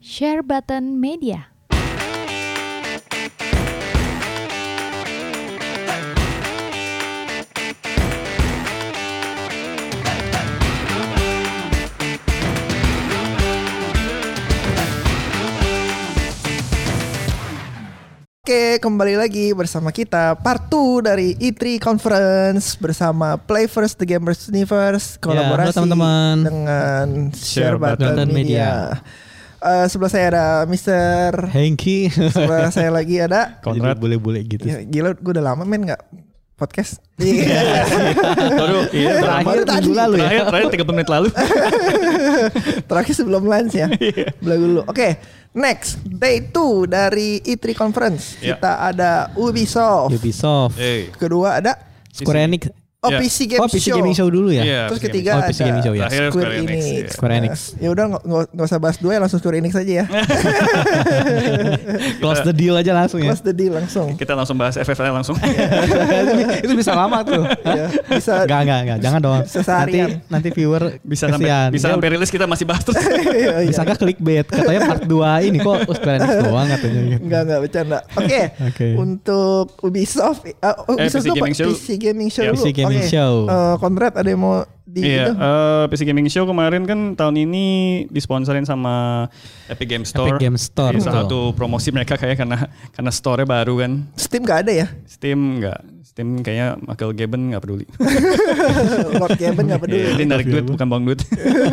Share Button Media. Oke, kembali lagi bersama kita part 2 dari E3 Conference bersama Play First The Gamers Universe, kolaborasi teman-teman dengan Share Button Media. Sebelah saya ada Mr. Hengki. Sebelah saya lagi ada Konrad. Bule-bule gitu. Ya, gila, gue udah lama main gak podcast. Baru Baru tadi. Terakhir 30 menit lalu. Terakhir sebelum lunch ya. Belah dulu. Oke, next day 2 dari E3 Conference. Kita ada Ubisoft. Kedua ada Square Enix. PC Game PC Show. Gaming Show dulu ya. Terus ketiga PC Gaming Show ya. ada Square Enix. Ya udah nggak usah bahas dua ya, langsung Square Enix aja ya. Close the deal aja langsung ya. Close the deal langsung. Kita langsung bahas FFL langsung. Itu bisa lama tuh. Ya, bisa. Enggak, jangan dong. Nanti viewer bisa sampai rilis kita masih bahas terus. Bisa nggak clickbait? Katanya part 2 ini kok Square Enix doang katanya. Enggak bercanda. Oke. Untuk Ubisoft, PC Gaming Show. PC Gaming Show dulu. PC Gaming Show. Konrad ada yang mau PC Gaming Show kemarin kan tahun ini disponsorin sama Epic Game Store. Jadi salah satu promosi mereka kayak karena store-nya baru kan. Steam gak ada ya? Steam enggak. Steam kayaknya Michael Gaben enggak peduli. Lord Gaben enggak peduli. Dia narik duit bukan buang duit.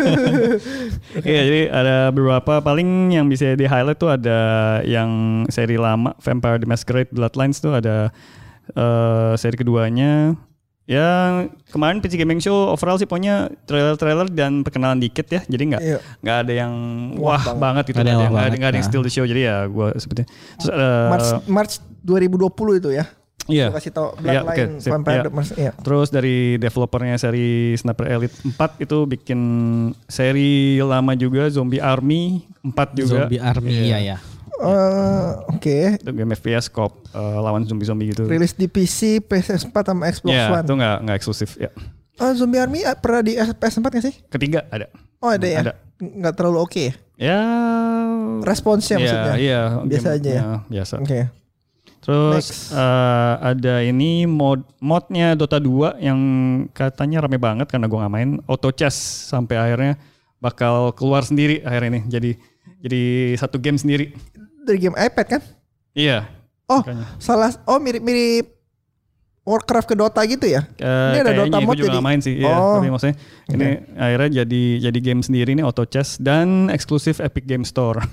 Jadi ada beberapa paling yang bisa di-highlight tuh ada yang seri lama Vampire the Masquerade Bloodlines tuh ada seri keduanya. Ya kemarin PC Gaming Show overall sih pokoknya trailer dan perkenalan dikit ya, jadi nggak ada yang wah banget gitu, nggak ada yang steal the show, jadi ya gue seperti terus March 2020 itu ya. Iya. Kasih tau Bloodline Vampire. Terus dari developernya seri Sniper Elite 4 itu bikin seri lama juga Zombie Army 4 juga. Zombie Army iya. Oke. Itu game FPS co-op lawan zombie gitu. Rilis di PC, PS4 sama Xbox One. Iya, itu nggak eksklusif ya. Zombie Army pernah di PS4 nggak sih? Ketiga ada. Oh ada ya. Nggak terlalu oke ya? Ya. Responsnya maksudnya. Iya. Biasa aja ya. Biasa. Oke. Terus ada ini modnya Dota 2 yang katanya rame banget karena gue nggak main. Auto chess sampai akhirnya bakal keluar sendiri akhirnya ini. Jadi satu game sendiri. Dari game iPad kan? Iya. Oh, salah. Oh, mirip Warcraft ke Dota gitu ya? Ini ada Dota mode juga jadi. Main sih. Iya, tapi maksudnya ini akhirnya jadi game sendiri nih, Auto Chess dan eksklusif Epic Game Store.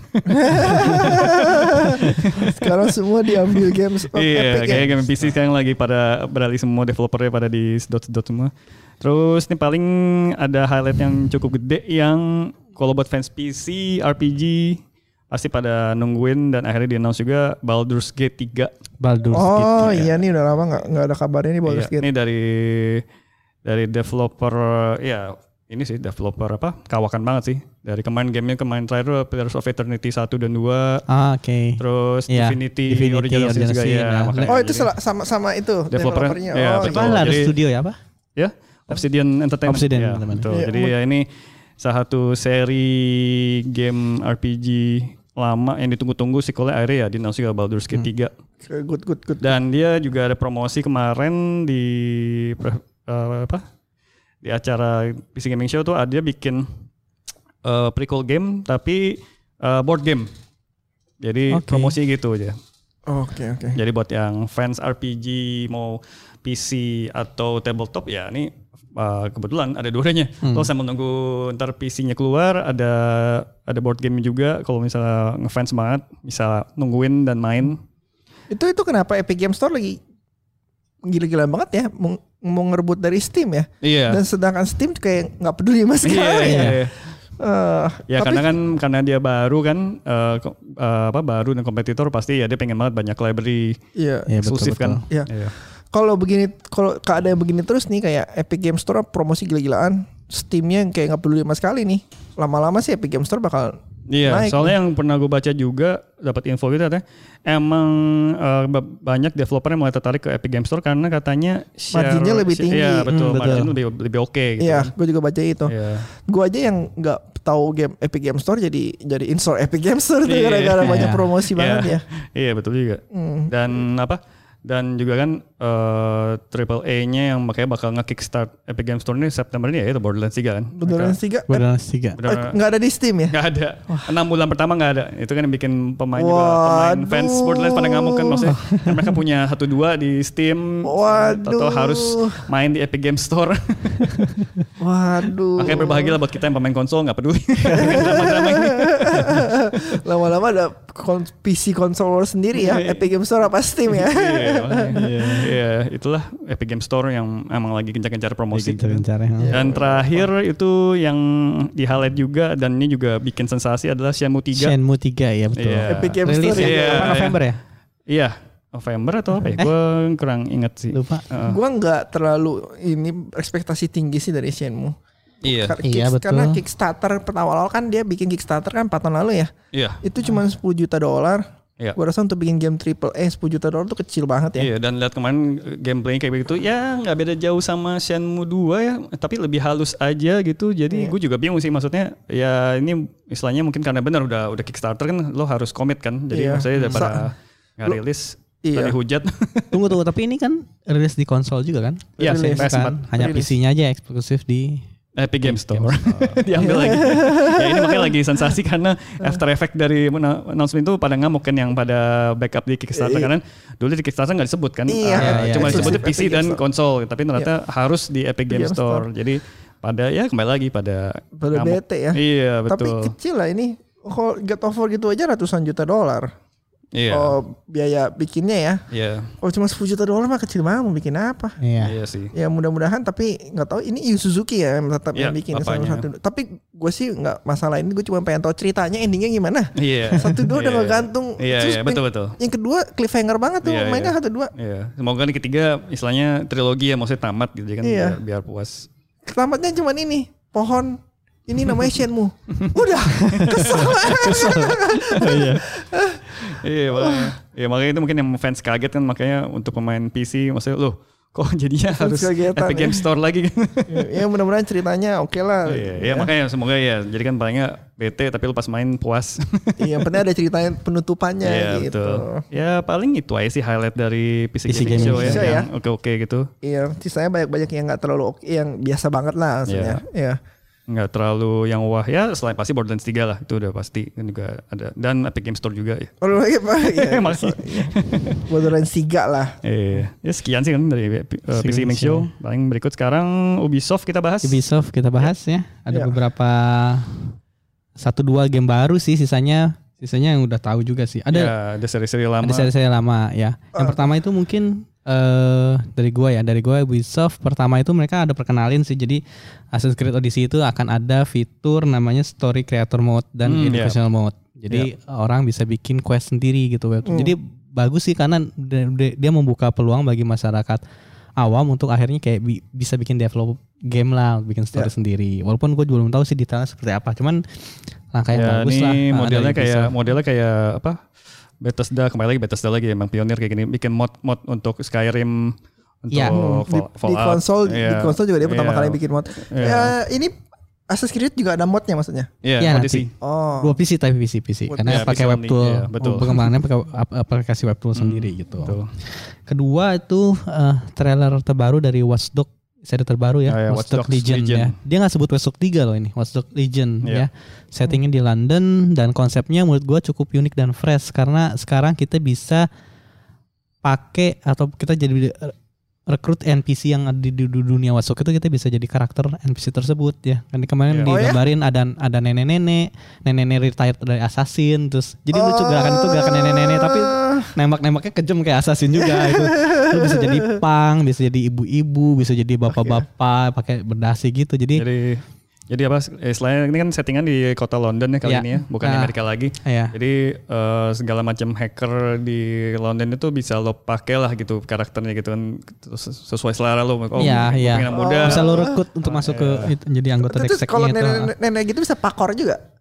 Sekarang semua diambil games. Iya, kayak game PC sekarang lagi pada beralih semua developernya pada di sedot semua. Terus ini paling ada highlight yang cukup gede yang kalau buat fans PC, RPG pasti pada nungguin dan akhirnya di-announce juga Baldur's Gate 3. Oh iya nih udah lama nggak ada kabarnya nih Baldur's Gate. Ini dari developer ya ini sih developer kawakan banget sih. Dari kemarin terakhir Pillars of Eternity 1 dan 2. Oke. Terus Divinity Original Sin juga ya. Oh itu sama itu developernya. Ada studio ya apa? Ya, Obsidian Entertainment. Ya, jadi ya ini salah satu seri game RPG lama yang ditunggu-tunggu sequelnya akhirnya ya di-announce juga Baldur's Gate 3. Good. Dan dia juga ada promosi kemarin di di acara PC Gaming Show tuh dia bikin prequel game tapi board game. Jadi promosi gitu aja. Oke. Jadi buat yang fans RPG mau PC atau tabletop ya ini kebetulan ada dua-duanya. Kalau sambil nunggu ntar PC-nya keluar ada board game juga. Kalau misalnya ngefans banget bisa nungguin dan main. Itu kenapa Epic Game Store lagi gila-gila banget ya mau ngerebut dari Steam ya. Iya. Dan sedangkan Steam kayak nggak peduli sama sekali ya. Ya karena dia baru kan baru dan kompetitor pasti ya dia pengen banget banyak library eksklusif kan. Iya. Kalau keadaan begini terus nih kayak Epic Game Store promosi gila-gilaan, Steamnya kayak nggak peduli sama sekali nih. Lama-lama sih Epic Game Store bakal Iya, naik. Soalnya yang pernah gue baca juga dapat info gitu katanya emang banyak developer yang mulai tertarik ke Epic Games Store karena katanya marginnya lebih tinggi. Iya betul, margin lebih oke gitu. Iya, gue juga baca itu. Iya. Gue aja yang nggak tahu game Epic Games Store jadi install Epic Games Store tuh gara-gara banyak promosi banget ya. Iya betul juga. Dan juga kan AAA-nya yang makanya bakal nge-kickstart Epic Games Store ini September ini ya itu Borderlands 3 kan. Borderlands 3? Borderlands 3. Nggak ada di Steam ya? Nggak ada. 6 bulan pertama nggak ada. Itu kan yang bikin pemain fans Borderlands pada ngamuk kan maksudnya. Mereka punya 1-2 di Steam. Atau harus main di Epic Games Store. Waduh. Makanya berbahagia lah buat kita yang pemain konsol nggak peduli. Drama-drama ini. Lama-lama ada PC konsol sendiri ya. Epic Games Store apa Steam ya? Iya, itulah Epic Games Store yang emang lagi gencar-gencar promosi. Dan Gencar-gencar. terakhir itu yang di highlight juga dan ini juga bikin sensasi adalah Shenmue 3. Shenmue 3 ya betul. Iya. Epic Games Rilis Store ya? Apa November ya? Iya, November atau apa ya? Gue kurang inget sih. Lupa. Gue nggak terlalu ini ekspektasi tinggi sih dari Shenmue. Iya. Iya, betul. Karena Kickstarter awal-awal kan dia bikin Kickstarter kan 4 tahun lalu ya. Iya. Itu cuma $10 juta. Iya. Gue rasa untuk bikin game AAA $10 juta tuh kecil banget ya. Iya, dan lihat kemarin gameplay kayak begitu ya nggak beda jauh sama Shenmue 2 ya, tapi lebih halus aja gitu. Jadi gue juga bingung sih maksudnya ya ini istilahnya mungkin karena benar udah Kickstarter kan lo harus komit kan. Jadi maksudnya daripada nggak rilis tadi hujat. Tunggu tapi ini kan rilis di konsol juga kan? Iya, PS4 kan? Hanya PC-nya aja eksklusif di Epic Games Store. Diambil lagi. Ya ini makanya lagi sensasi karena After Effect dari announcement itu pada ngamuk kan yang pada backup di Kickstarter karena dulu di Kickstarter nggak disebut kan. Cuma disebutnya PC dan konsol, tapi ternyata harus di Epic Games Store. Jadi pada ya kembali lagi pada bete ya. Iya betul. Tapi kecil lah ini. Kalau God of War gitu aja ratusan juta $. Iya. Biaya bikinnya ya. Iya. Oh cuma $10 juta mah kecil banget, mau bikin apa? Iya sih. Ya mudah-mudahan, tapi nggak tahu ini Yu Suzuki ya yang tetap yang bikin salah satu. Tapi gue sih nggak masalah ini, gue cuma pengen tahu ceritanya endingnya gimana. Iya. 1-2 udah ngegantung. Iya betul. Yang kedua cliffhanger banget tuh mainnya 1-2. Iya. Semoga nih ketiga istilahnya trilogi ya maksudnya tamat gitu kan biar puas. Tamatnya cuma ini pohon. Ini namanya Shenmue. Udah kesel. Iya makanya itu mungkin yang fans kaget kan, makanya untuk pemain PC maksudnya loh kok jadinya harus Epic Games Store lagi. Ya mudah-mudahan ceritanya oke lah. Iya makanya semoga ya jadi kan palingnya bete tapi lu pas main puas. Iya yang penting ada ceritanya penutupannya gitu. Betul. Ya paling itu aja sih highlight dari PC Gaming Show ya. Yang oke gitu. Iya sisanya banyak-banyak yang gak terlalu yang biasa banget lah maksudnya. Iya. Nggak terlalu yang wah ya, selain pasti Borderlands 3 lah itu udah pasti kan juga ada, dan Epic Games Store juga ya. Oh iya. Masih Borderlands 3 lah. Ya sekian sih kan dari PC Gaming Show. Paling berikut sekarang Ubisoft kita bahas ya. Ada beberapa 1-2 game baru sih, sisanya yang udah tahu juga sih. Ada seri-seri lama. Ada seri-seri lama ya. Yang pertama itu mungkin dari gue Ubisoft pertama itu mereka ada perkenalin sih. Jadi Assassin's Creed Odyssey itu akan ada fitur namanya Story Creator Mode dan Educational Mode. Jadi orang bisa bikin quest sendiri gitu. Jadi bagus sih karena dia membuka peluang bagi masyarakat awam untuk akhirnya kayak bisa bikin develop game lah, bikin story sendiri. Walaupun gue belum tahu sih detailnya seperti apa. Cuman langkah yang bagus lah. Modelnya kayak apa? Bethesda emang pionir kayak gini, bikin mod untuk Skyrim untuk Fallout. Di konsol juga dia pertama kali bikin mod. Ini Assassin's Creed juga ada modnya maksudnya? Iya, Odyssey. Dua PC tapi PC. Karena pakai web tool, pengembangannya pakai aplikasi web tool sendiri gitu. Betul. Kedua itu trailer terbaru dari Watch Dogs, seri terbaru ya, Watch Dogs Legion ya. Dia nggak sebut Watch Dogs 3 loh ini, Watch Dogs Legion ya. Settingnya di London dan konsepnya menurut gue cukup unik dan fresh karena sekarang kita bisa pakai atau kita jadi rekrut NPC yang ada di dunia Watch Dogs itu, kita bisa jadi karakter NPC tersebut ya. Kan kemarin digambarin ada nenek-nenek retired dari assassin, terus jadi lucu gerakan nenek-nenek tapi nembak-nembaknya kejam kayak assassin juga itu. Lu bisa jadi pang, bisa jadi ibu-ibu, bisa jadi bapak-bapak pakai berdasi gitu. Jadi apa? Selain ini kan settingan di kota London ya kali ini ya, bukan di Amerika lagi. Jadi segala macam hacker di London itu bisa lo pakai lah gitu karakternya gitu kan, sesuai selera lo. Pengen muda. Bisa lo rekrut untuk masuk ke jadi anggota tekseknya. Kalau itu. nenek gitu bisa pakor juga.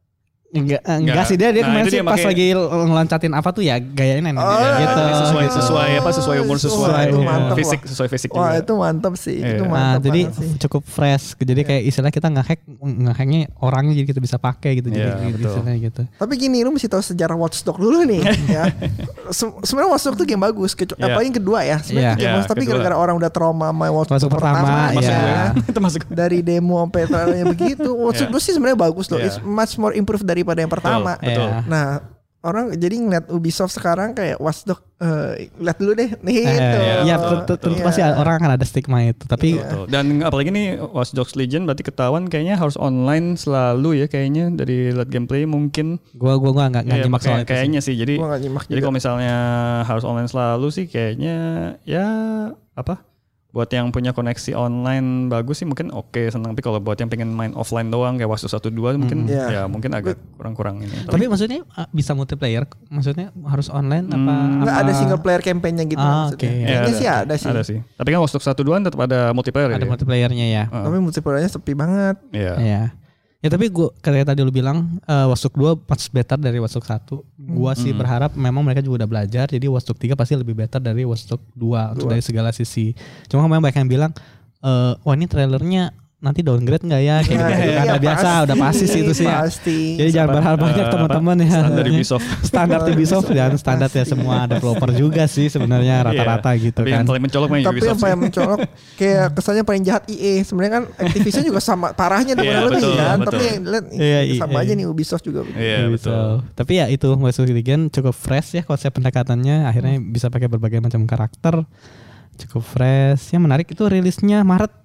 Enggak sih dia kemarin sih pas lagi ngeloncatin apa tuh ya gayanya gitu. Sesuai umur sesuai fisik juga. Wah, itu mantap sih. Itu mantap. Jadi cukup fresh. Jadi kayak istilah kita ngehacknya orangnya jadi kita bisa pakai gitu jadi istilahnya gitu. Tapi gini, lu mesti tahu sejarah Watch Dogs dulu nih ya. Sebenarnya Watch Dogs tuh game bagus, apalagi yang kedua ya. Sebenarnya game bagus tapi gara-gara orang udah trauma sama Watch Dogs pertama ya. Itu masuk dari demo sampai trailernya begitu. Watch Dogs sih sebenarnya bagus loh. It's much more improved daripada yang pertama. Betul. Nah, orang jadi ngeliat Ubisoft sekarang kayak Watch Dogs, lihat dulu deh nih itu. Iya, tentu pasti orang akan ada stigma itu. Tapi dan apalagi nih Watch Dogs Legion berarti ketahuan kayaknya harus online selalu ya kayaknya dari lihat gameplay mungkin. Gua enggak nyimak soal itu. Kayaknya sih. Jadi kalau misalnya harus online selalu sih kayaknya ya apa? Buat yang punya koneksi online bagus sih mungkin oke, senang. Tapi kalau buat yang pengen main offline doang kayak Watch Dogs 1-2 mungkin ya mungkin agak kurang ini. Tapi maksudnya bisa multiplayer? Maksudnya harus online apa? Enggak ada single player campaign-nya gitu maksudnya. Kayaknya sih ada sih. Ada sih. Tapi kan Watch Dogs 1-2 tetap ada multiplayer ada multiplayernya ya. Tapi multiplayernya sepi banget. Iya. Ya tapi gue kayak tadi lu bilang Watch Dogs 2 much better dari Watch Dogs 1. Gua sih berharap memang mereka juga udah belajar, jadi Watch Dogs 3 pasti lebih better dari Watch Dogs 2 untuk dari segala sisi. Cuma memang banyak yang bilang wah ini trailernya nanti downgrade nggak ya kayak gitu kan. Biasa udah pasti sih itu sih ya. Jadi jangan berharap banyak teman-teman ya. Standar Ubisoft dan standar ya semua developer juga sih sebenarnya rata-rata gitu tapi kan. Yang paling mencolok main Ubisoft. Tapi yang paling mencolok kayak kesannya paling jahat EA. Sebenarnya kan Activision juga sama parahnya dengan lebih kan. Tapi yang lihat sama aja nih Ubisoft juga. Iya betul. Tapi ya itu Watch Dogs Legion cukup fresh ya konsep pendekatannya. Akhirnya bisa pakai berbagai macam karakter. Cukup fresh. Yang menarik itu rilisnya Maret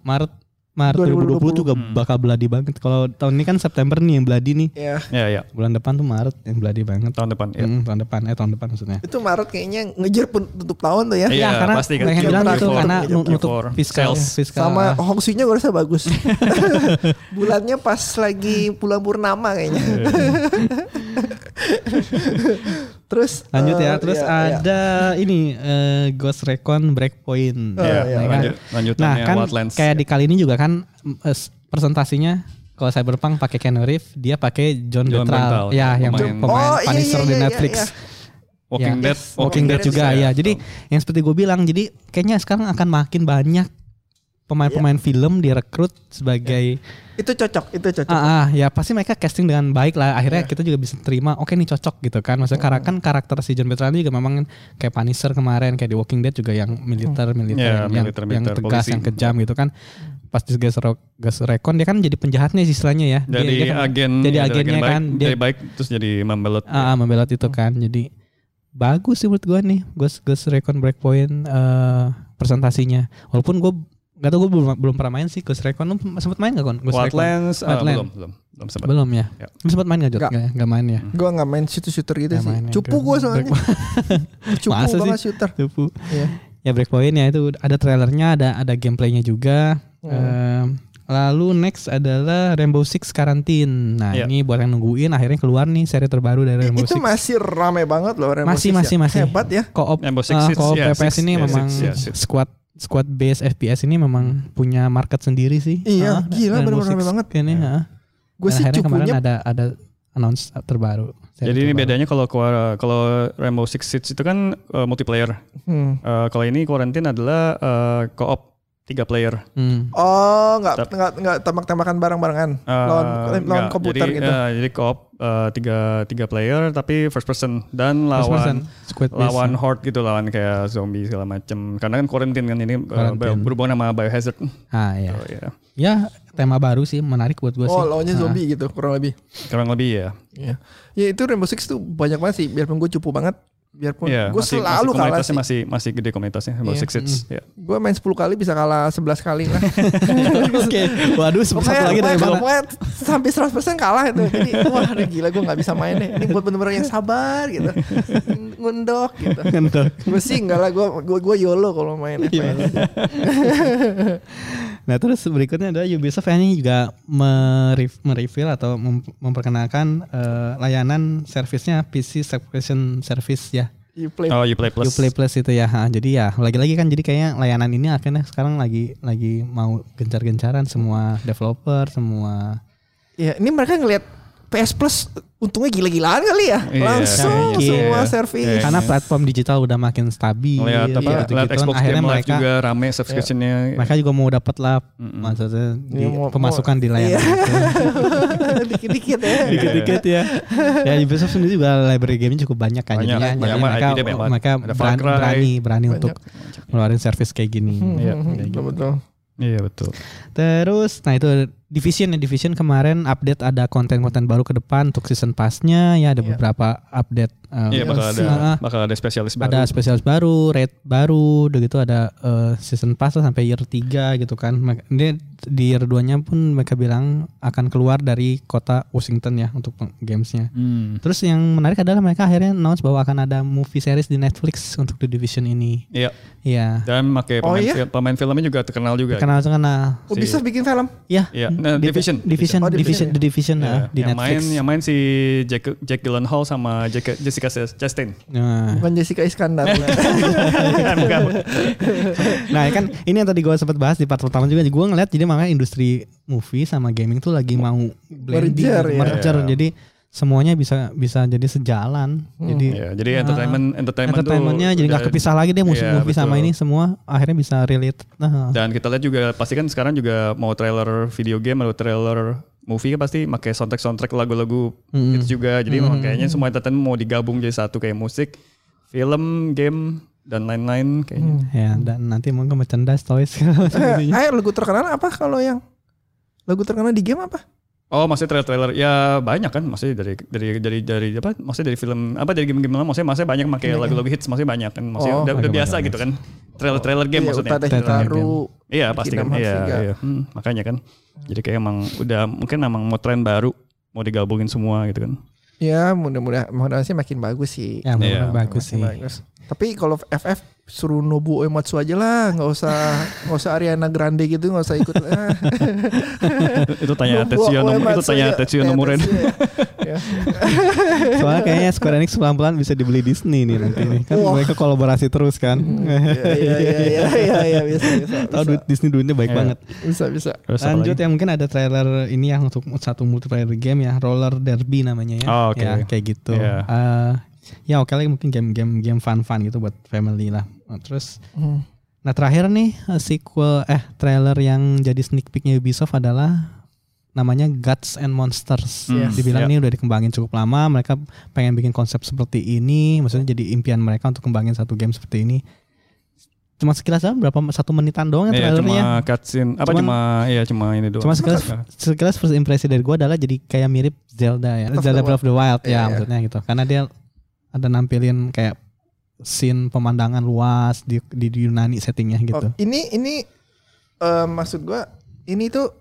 2020 juga bakal bloody banget. Kalau tahun ini kan September nih yang bloody nih. Iya. Bulan depan tuh Maret yang bloody banget. Tahun depan Tahun depan maksudnya. Itu Maret kayaknya ngejar tutup tahun tuh ya. Iya, karena pasti kan. Mereka bilang itu karena nutup fiskal. Sama Hongxinya gue rasa bagus. Bulannya pas lagi bulan purnama kayaknya. Terus lanjut ya. Terus ada ini Ghost Recon Breakpoint. Lanjutannya nah kan Wildlands. Kayak di kali ini juga kan presentasinya kalau Cyberpunk pakai Keanu Reeves, dia pakai John Bernthal. Ya, yang pemain Punisher di Netflix. Walking Dead juga ya. Jadi yang seperti gue bilang, jadi kayaknya sekarang akan makin banyak pemain-pemain film direkrut sebagai itu cocok. Ya pasti mereka casting dengan baik lah. Akhirnya kita juga bisa terima. Oke nih cocok gitu kan. Maksudnya karena kan karakter si John Bernthal juga memang kayak Punisher kemarin, kayak di Walking Dead juga yang militer yang tegas, polisi, yang kejam gitu kan. Pas di Ghost Recon dia kan jadi penjahatnya istilahnya ya. Jadi agennya kan. Dia baik terus jadi membelot. Membelot itu kan. Jadi bagus sih menurut gue nih Ghost Recon Breakpoint presentasinya. Walaupun gue gak tau, gue belum pernah main sih Ghost Recon. Lu sempat main gak kon? Wildlands belum sempat. Belum ya? Lu sempat main gak Jod? Gak main ya? Gue gak main shooter gitu sih. Cupu gue soalnya. Cupu banget shooter. Cupu. Ya Breakpoint ya itu ada trailernya, ada gameplaynya juga. Lalu next adalah Rainbow Six Quarantine. Nah ini buat yang nungguin akhirnya keluar nih seri terbaru dari Rainbow Six. Itu masih rame banget loh Rainbow Six. Masih hebat ya. Co-op PPS ini memang squad base FPS ini memang punya market sendiri sih. Iya, gila benar-benar rame banget. Ini gue sih kemarin ada announce terbaru. Jadi ini bedanya kalau Rainbow Six Siege itu kan multiplayer. Kalau ini Quarantine adalah co-op 3 player. Oh, enggak tembak-tembakan bareng-barengan. Lawan komputer jadi, gitu. Jadi co-op 3 player tapi first person dan lawan horde gitu, lawan kayak zombie segala macam. Karena kan Quarantine kan ini berhubungan sama Biohazard. Iya. So, ya tema baru sih, menarik buat gue sih. Oh, lawannya zombie gitu kurang lebih. Ya. Ya itu Rainbow Six tuh banyak banget sih, biarpun gue cupu banget. Biarpun gue selalu kalah sih. Masih gede komunitasnya Rainbow Six Siege. Gue main 10 kali bisa kalah 11 kali lah. Waduh, satu lagi dari mana? Pokoknya sampai 100% kalah itu. Jadi wah gila gue gak bisa main deh. Ini buat bener-bener yang sabar gitu. Ngundok gitu. Gue sih enggak lah, gue YOLO kalau main FPS. Nah terus berikutnya adalah Ubisoft ini juga mereveal atau memperkenalkan layanan servisnya PC subscription service ya. Uplay Plus itu ya. Jadi ya lagi-lagi kan jadi kayaknya layanan ini akhirnya sekarang lagi mau gencar-gencaran semua developer semua. Ya ini mereka ngelihat PS Plus untungnya gila-gilaan kali ya. Langsung semua servis. Karena platform digital udah makin stabil. Lihat Xbox Game Live juga rame subscription-nya. Mereka juga mau dapat lah maksudnya pemasukan di layar. Dikit-dikit ya. Dikit-dikit ya. Ya Ubisoft sendiri juga library game cukup banyak kan. Jadinya mereka berani untuk ngeluarin service kayak gini. Betul. Iya betul. Terus, nah itu Division kemarin update ada konten-konten baru ke depan untuk season pass-nya ya, ada beberapa update. Bakal ada spesialis baru. Ada spesialis baru, raid baru, udah gitu ada season pass sampai year 3 gitu kan. Ini di year 2-nya pun mereka bilang akan keluar dari kota Washington ya untuk gamesnya. Terus yang menarik adalah mereka akhirnya announce bahwa akan ada movie series di Netflix untuk The Division ini. Iya. Dan pakai pemain filmnya juga terkenal juga. Terkenal. Bisa bikin film? Iya. Nah, The Division di Netflix. Yang main si Jack Gyllenhaal sama Jessica Chastain. Bukan Jessica Iskandar. Bukan. Nah kan ini yang tadi gue sempat bahas di part pertama juga. Gue ngeliat jadi makanya industri movie sama gaming tuh lagi mau blending, merger. Jadi semuanya bisa jadi sejalan. Jadi entertainmentnya jadi nggak kepisah lagi deh movie sama ini, semua akhirnya bisa relate. Dan kita lihat juga pasti kan sekarang juga mau trailer video game atau trailer movie kan pasti pakai soundtrack lagu-lagu itu juga. Jadi memang kayaknya semua entertainment mau digabung jadi satu, kayak musik, film, game dan lain-lain kayaknya. Ya, dan nanti mungkin merchandise, toys. Lagu terkenal apa kalau yang lagu terkenal di game apa? Oh, maksudnya trailer ya banyak kan, maksudnya dari apa? Maksudnya dari film apa, dari game-game lama, maksudnya banyak pakai lagu-lagu hits, maksudnya banyak kan, maksudnya udah biasa gitu kan. Trailer game maksudnya. Baru. Iya, pasti kan. Iya. Makanya kan. Jadi kayak emang udah mungkin emang mau tren baru, mau digabungin semua gitu kan. Ya, mudah-mudahan sih makin bagus sih. Ya, bagus sih. Tapi kalau FF suruh Nobuo Uematsu aja lah, nggak usah Ariana Grande gitu, nggak usah ikut lah. Itu tanya Tetsuya Nomura. Soalnya kayaknya Square Enix pelan-pelan bisa dibeli Disney nih nanti nih. Kan mereka kolaborasi terus kan. Iya bisa. Tahu duit Disney duitnya baik banget. Bisa. Lanjut ya, mungkin ada trailer ini ya untuk satu multiplayer game ya, Roller Derby namanya ya. Ya kayak gitu. Ya oke lah, mungkin game fun gitu buat family lah. Terus nah terakhir nih trailer yang jadi sneak peeknya Ubisoft adalah namanya Gods and Monsters. Dibilang ini udah dikembangin cukup lama, mereka pengen bikin konsep seperti ini, maksudnya jadi impian mereka untuk kembangin satu game seperti ini. Cuma sekilas berapa 1 menitan doang ya trailernya. Cuma cutscene cuma ini doang. Cuma sekilas first impression dari gue adalah jadi kayak mirip Zelda ya. Zelda Breath of the Wild maksudnya gitu. Karena dia ada nampilin kayak scene pemandangan luas di Yunani settingnya gitu. Ini maksud gue ini tuh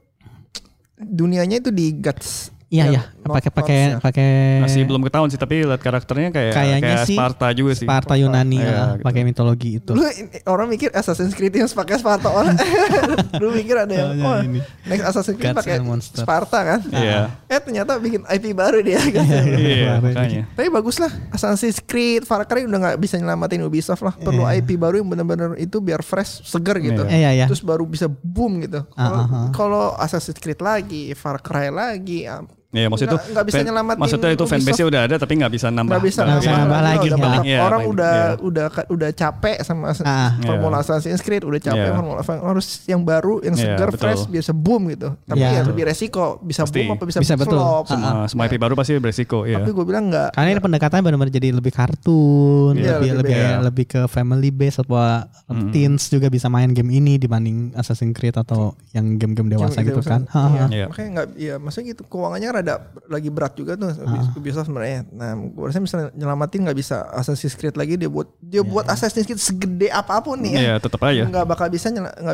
dunianya itu di Guts. Iya, pakai masih belum ketahuan sih, tapi lihat karakternya kayak Sparta juga sih. Sparta Yunani gitu. Pakai mitologi itu. Lu orang mikir Assassin's Creed yang pakai Sparta orang. Lu mikir ada yang next Assassin's Creed pakai Sparta kan? Iya. Ternyata bikin IP baru dia kan. Iya, makanya. Tapi bagus lah, Assassin's Creed, Far Cry udah enggak bisa nyelamatin Ubisoft lah. Perlu IP baru yang benar-benar itu biar fresh, segar gitu. Iya. Terus baru bisa boom gitu. Kalau Assassin's Creed lagi, Far Cry lagi, ya maksudnya itu nggak bisa nyelamatin. Maksudnya itu fanbase-nya udah ada tapi nggak bisa nambah. Nggak bisa nambah lagi. Orang udah capek sama formula Assassin's Creed, udah capek formula, harus yang baru, yang segar, fresh, bisa boom gitu. Tapi ya lebih resiko, bisa boom apa bisa flop. Semua IP baru pasti beresiko. Tapi gue bilang nggak. Karena ini pendekatannya benar-benar jadi lebih kartun, lebih ke family base atau teens juga bisa main game ini dibanding Assassin's Creed atau yang game-game dewasa gitu kan. Makanya nggak, ya maksudnya gitu, keuangannya ada lagi berat juga tuh Ubisoft sebenarnya. Nah, gue rasa misalnya nyelamatin nggak bisa Assassin's Creed lagi, dia buat Assassin's Creed segede apapun nih ya. Tetap aja. Nggak bakal bisa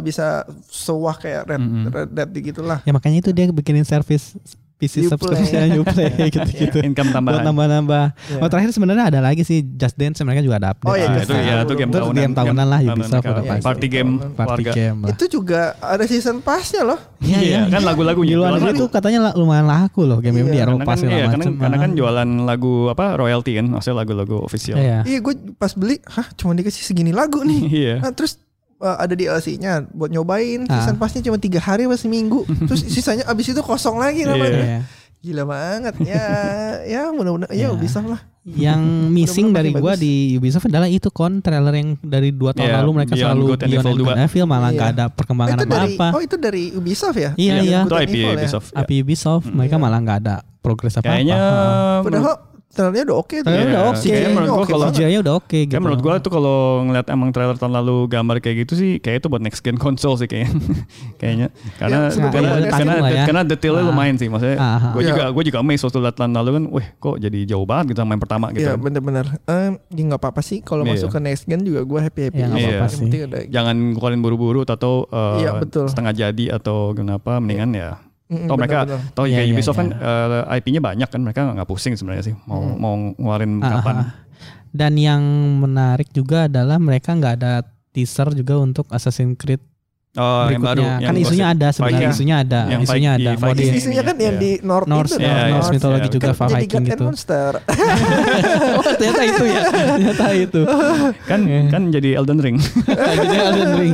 sewah kayak Red Dead gitulah. Ya makanya itu dia bikinin service PC subscription Uplay gitu. Income tambahan. Buat nambah. Oh terakhir sebenarnya ada lagi sih Just Dance, mereka juga ada update. Itu game tahunan lah Ubisoft. Party game. Itu juga ada season pass-nya loh. Iya, kan lagu-lagunya. Di luar negeri itu katanya lumayan laku loh game di Eropa segala macam. Karena kan jualan lagu royalty kan, maksudnya lagu-lagu official. Iya, gue pas beli, cuma dikasih segini lagu nih. Iya. Nah, terus ada DLC-nya buat nyobain. Season pass-nya cuma 3 hari atau seminggu. Terus sisanya abis itu kosong lagi namanya. Gila banget ya mudah-mudahan ya Ubisoft lah. Yang missing dari gua di Ubisoft adalah itu trailer yang dari 2 tahun lalu mereka selalu Beyond Good and Evil malah nggak ada perkembangan apa-apa. Itu dari Ubisoft ya? Iya. Itu IP Ubisoft. IP Ubisoft mereka malah nggak ada progres apa-apa. Kayaknya padahal trailernya udah oke. Kayaknya menurut gue kalau CGI-nya udah oke gitu. Menurut gue tuh kalau ngeliat emang trailer tahun lalu gambar kayak gitu sih, kayak itu buat next gen console sih kayaknya. Karena detailnya lumayan sih, maksudnya. Gue juga amazed waktu liat tahun lalu kan, kok jadi jauh banget gitu sama yang pertama gitu. Iya bener-bener. Ya nggak apa-apa sih kalau masuk ke next gen juga gue happy. Jangan keluarin buru-buru atau setengah jadi atau kenapa, mendingan ya. Kayak Ubisoft kan IP-nya banyak kan, mereka nggak pusing sebenarnya sih mau ngeluarin kapan. Dan yang menarik juga adalah mereka nggak ada teaser juga untuk Assassin's Creed berikutnya. Yang baru, kan isunya ada sebenarnya, isunya ada. Isunya kan yang di North mitologi juga Viking gitu. Monster. Ternyata itu ya. Ternyata itu. Kan jadi Elden Ring. Jadi Elden Ring.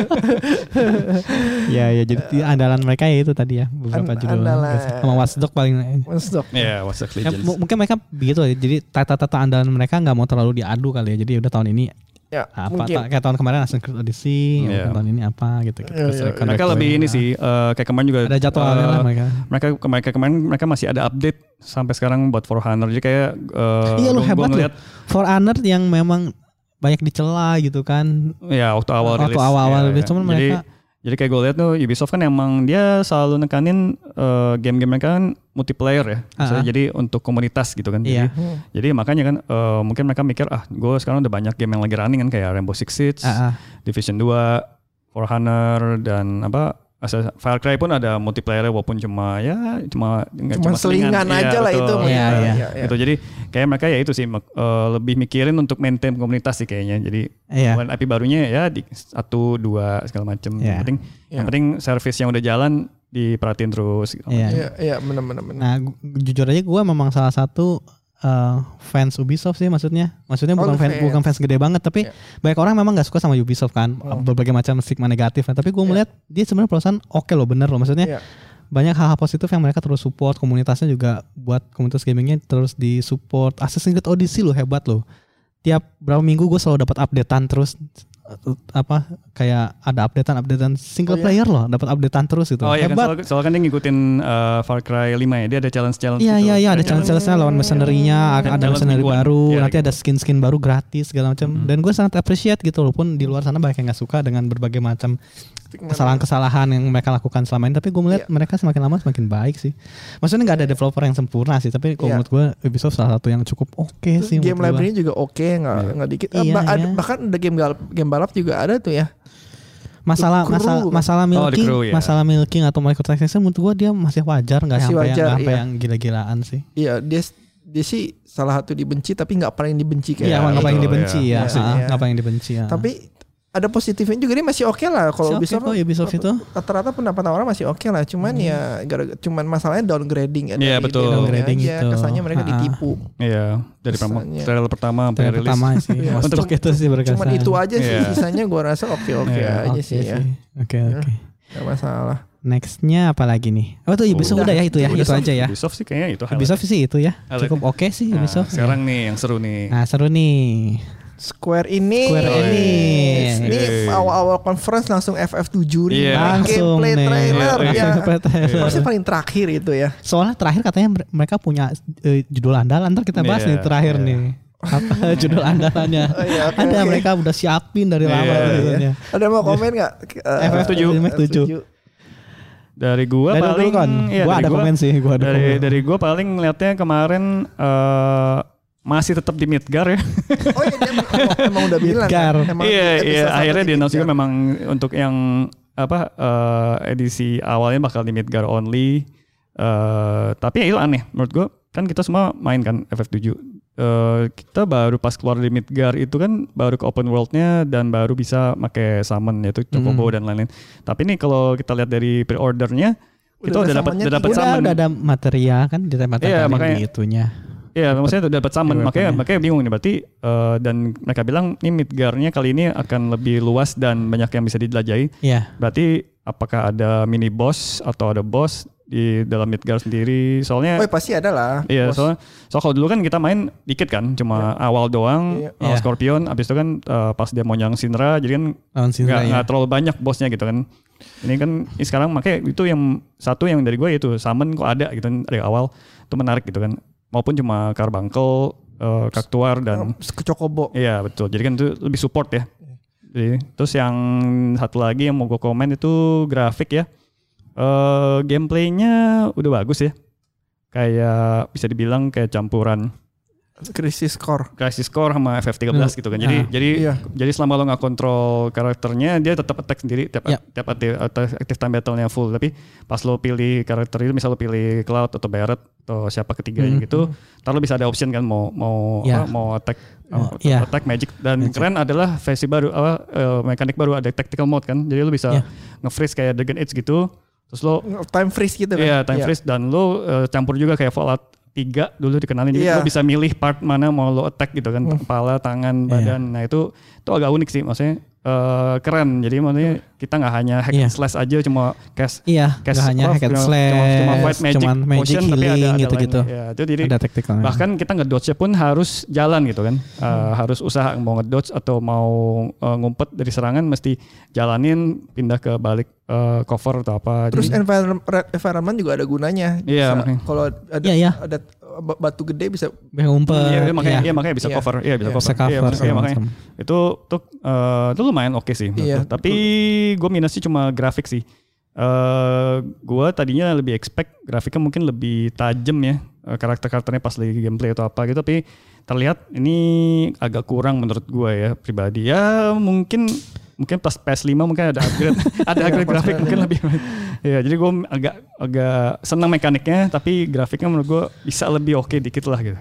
Ya jadi andalan mereka ya itu tadi ya, beberapa judul. Sama Watch Dogs paling. Iya, Watch Dogs Legends. Mungkin mereka begitu ya. Jadi tata-tata andalan mereka nggak mau terlalu diadu kali ya. Jadi udah tahun ini kayak tahun kemarin Assassin's Creed Odyssey, tahun ini apa gitu. Mereka lebih ini sih, kayak kemarin juga ada jadwalnya lah mereka. Kemarin mereka masih ada update sampai sekarang buat For Honor. Jadi kayak lu hebat loh. For Honor yang memang banyak dicela gitu kan. Ya waktu awal rilis. Cuman mereka jadi kayak gue lihat tuh Ubisoft kan emang dia selalu nekanin game-game mereka kan multiplayer ya. Jadi untuk komunitas gitu kan. Jadi makanya kan mungkin mereka mikir gue sekarang udah banyak game yang lagi running kan, kayak Rainbow Six Siege, Division 2, For Honor dan Far Cry pun ada multiplayer walaupun cuma selingan aja lah itu. Gitu. Jadi kayak mereka ya itu sih lebih mikirin untuk maintain komunitas sih kayaknya. Jadi IP barunya ya 1, 2 segala macam. Yang penting service yang udah jalan diperhatiin terus. Iya benar. Nah jujur aja gue memang salah satu fans Ubisoft sih maksudnya bukan fans gede banget, tapi banyak orang memang nggak suka sama Ubisoft kan, berbagai macam stigma negatif kan. Tapi gue melihat dia sebenarnya perusahaan oke loh, bener loh, maksudnya banyak hal-hal positif yang mereka terus support, komunitasnya juga buat komunitas gamingnya terus di support. Assassin's Creed Odyssey loh hebat loh, tiap berapa minggu gue selalu dapat updatean terus. Kayak ada updatean single player loh, dapat updatean terus itu. Hebat. Kan soalnya kan dia ngikutin Far Cry 5 ya, dia ada challenge. Iya, ada challenge-nya lawan mercenary-nya, ada mercenary baru, nanti ada skin baru gratis segala macam. Dan gue sangat appreciate gitu, walaupun di luar sana banyak yang nggak suka dengan berbagai macam kesalahan-kesalahan yang mereka lakukan selama ini. Tapi gue melihat mereka semakin lama semakin baik sih. Maksudnya nggak ada developer yang sempurna sih, tapi kalau menurut gue Ubisoft salah satu yang cukup oke sih. Game library juga oke, nggak dikit. Bahkan ada game balap juga ada tuh ya. Masalah milking atau microtransaction menurut gue dia masih wajar, nggak sampai yang gila-gilaan sih. Iya, dia sih salah satu dibenci tapi nggak paling dibenci kayak. Iya, nggak paling dibenci ya. Nggak paling dibenci ya. Tapi ada positifnya juga, dia masih oke lah kalau Ubisoft itu. Rata-rata pendapat orang masih oke lah, cuman cuman masalahnya downgrading. Iya betul. Downgrading gitu. Kesannya mereka ditipu. Iya, dari trailer pertama sampai rilis. Sih. Untuk itu sih berkesan. Cuman itu aja sih, sisanya gue rasa oke aja sih ya. Oke. Gak masalah. Nextnya apa lagi nih? Tuh Ubisoft udah ya itu ya, itu aja ya. Ubisoft sih kayaknya itu. Ubisoft sih itu ya. Cukup oke sih Ubisoft. Sekarang nih yang seru nih. Nah seru nih. Square ini awal-awal conference langsung FF7 nih, gameplay trailer ya. Pasti paling terakhir itu ya. Soalnya terakhir katanya mereka punya judul andalan, ntar kita bahas nih terakhir nih. Apa judul andalannya? Ada mereka udah siapin dari lama judulnya. Ada mau komen nggak? FF7. Dari gua paling, gua ada komen sih. Dari gua paling ngeliatnya kemarin masih tetap di Midgar ya. Oh iya, dia emang udah bilang. Iya, akhirnya di announce juga memang untuk yang edisi awalnya bakal di Midgar only. Tapi ya itu aneh menurut gue, kan kita semua main kan FF7. Kita baru pas keluar di Midgar itu kan baru ke open world-nya dan baru bisa pakai summon, yaitu Chocobo dan lain-lain. Tapi nih kalau kita lihat dari pre-ordernya, kita udah dapat summon. Udah ada material kan, ditempatkan di itunya. Iya, maksudnya udah dapat summon, makanya bingung nih berarti. Dan mereka bilang nih Midgar-nya kali ini akan lebih luas dan banyak yang bisa dijelajahi. Iya. Berarti apakah ada mini boss atau ada boss? di dalam Midgar sendiri. Soalnya pasti ada lah. Iya, soalnya kalau dulu kan kita main dikit kan, cuma awal doang, Scorpion, abis itu kan pas dia mau nyerang Syndra, jadi kan nggak terlalu banyak bosnya gitu kan. Ini kan sekarang makanya itu yang satu yang dari gue itu summon kok ada gitu kan dari awal, itu menarik gitu kan. Maupun cuma Carbuncle, Cactuar dan Chocobo. Iya betul. Jadi kan itu lebih support ya. Jadi, terus yang satu lagi yang mau gue komen itu grafik ya. Gameplaynya udah bagus ya. Kayak bisa dibilang kayak campuran Crisis Core sama FF13 gitu kan. Jadi selama lo nggak kontrol karakternya, dia tetap attack sendiri tiap active time battle-nya full. Tapi pas lo pilih karakter itu, misal lo pilih Cloud atau Barret atau siapa ketiganya gitu, ntar lo bisa ada option kan mau attack attack magic. Dan keren adalah versi baru mekanik baru, ada tactical mode kan. Jadi lo bisa nge-freeze kayak Dragon Age gitu. Terus lo time freeze gitu kan. Iya, time freeze, dan lo campur juga kayak Fallout 3 dulu dikenalin, jadi lo bisa milih part mana mau lo attack gitu kan, kepala, tangan, badan. Nah itu agak unik sih, maksudnya keren. Jadi maksudnya kita nggak hanya hack and slash aja, cuma cast nggak hanya hack and slash, cuma fight magic potion, tapi ada gitu. Ya, itu jadi bahkan kita ngedodge pun harus jalan gitu kan, harus usaha mau ngedodge atau mau ngumpet dari serangan mesti jalanin, pindah ke balik cover atau apa. Terus environment juga ada gunanya. Iya, kalau ada batu gede bisa ngumpet. Iya, makanya bisa cover. Iya, bisa cover. Iya, makanya itu lumayan oke sih. Tapi gue minusnya cuma grafik sih. Gue tadinya lebih expect grafiknya mungkin lebih tajam ya, karakternya pas lagi gameplay atau apa gitu, tapi terlihat ini agak kurang menurut gue ya pribadi. Ya mungkin pas PS5 mungkin ada upgrade grafik mungkin lebih. Ya, jadi gue agak senang mekaniknya, tapi grafiknya menurut gue bisa lebih oke dikit lah gitu.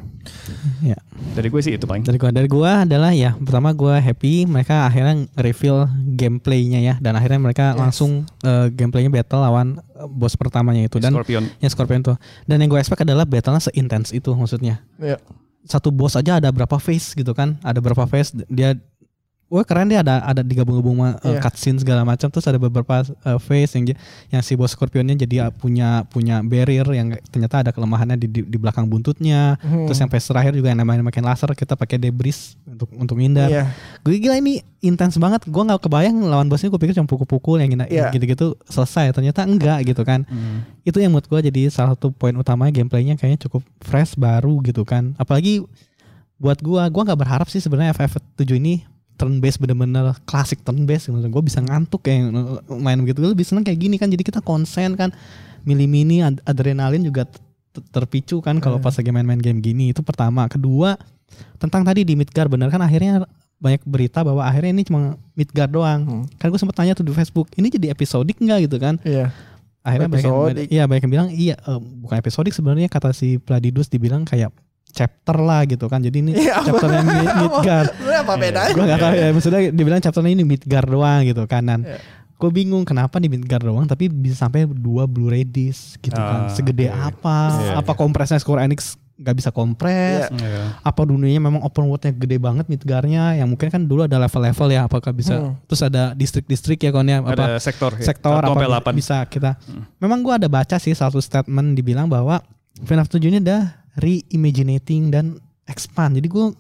Ya. Dari gue sih itu paling. Dari gue adalah ya, pertama gue happy mereka akhirnya reveal gameplaynya ya, dan akhirnya mereka langsung gameplaynya battle lawan bos pertamanya itu, dan Scorpion tuh. Dan yang gue expect adalah battlenya seintens itu, maksudnya. Iya. Satu bos aja ada berapa phase gitu kan? Ada berapa phase dia. Wah keren, dia ada digabung-gabung cutscene segala macam. Terus ada beberapa phase yang si bos Scorpionnya jadi punya barrier yang ternyata ada kelemahannya di belakang buntutnya. Terus yang phase terakhir juga yang namanya makin laser, kita pakai debris untuk hindar. Gue gila, ini intens banget. Gue nggak kebayang lawan bosnya, gue pikir cuma pukul-pukul yang gitu-gitu selesai. Ternyata enggak gitu kan. Itu yang menurut gue jadi salah satu poin utamanya, gameplaynya kayaknya cukup fresh, baru gitu kan. Apalagi buat gue nggak berharap sih sebenarnya FF7 ini turn based, bener-bener klasik turn based. Gue bisa ngantuk kayak main begitu. Gue lebih seneng kayak gini kan, jadi kita konsen kan, mini adrenalin juga terpicu kan kalau pas lagi main-main game gini. Itu pertama. Kedua, tentang tadi di Midgar, bener kan akhirnya banyak berita bahwa akhirnya ini cuma Midgar doang. Kan gue sempat tanya tuh di Facebook, ini jadi episodik nggak gitu kan? Iya. Akhirnya banyak yang bilang bukan episodik sebenarnya, kata si Pladidus dibilang kayak chapter lah gitu kan. Jadi ini chapternya Midgar. Apa bedanya? Gue gak tahu ya, maksudnya dibilang chapternya ini Midgar doang gitu kan. Gue bingung kenapa di Midgar doang tapi bisa sampai 2 Blu-ray disc gitu kan. Segede apa kompresnya Square Enix gak bisa kompres, apa dunianya memang open worldnya gede banget Midgarnya, yang mungkin kan dulu ada level-level ya, apakah bisa terus ada distrik-distrik ya konnya, ada sektor apa bisa kita. Memang gue ada baca sih satu statement dibilang bahwa FNAF 7 ini udah reimaginating dan expand. Jadi gue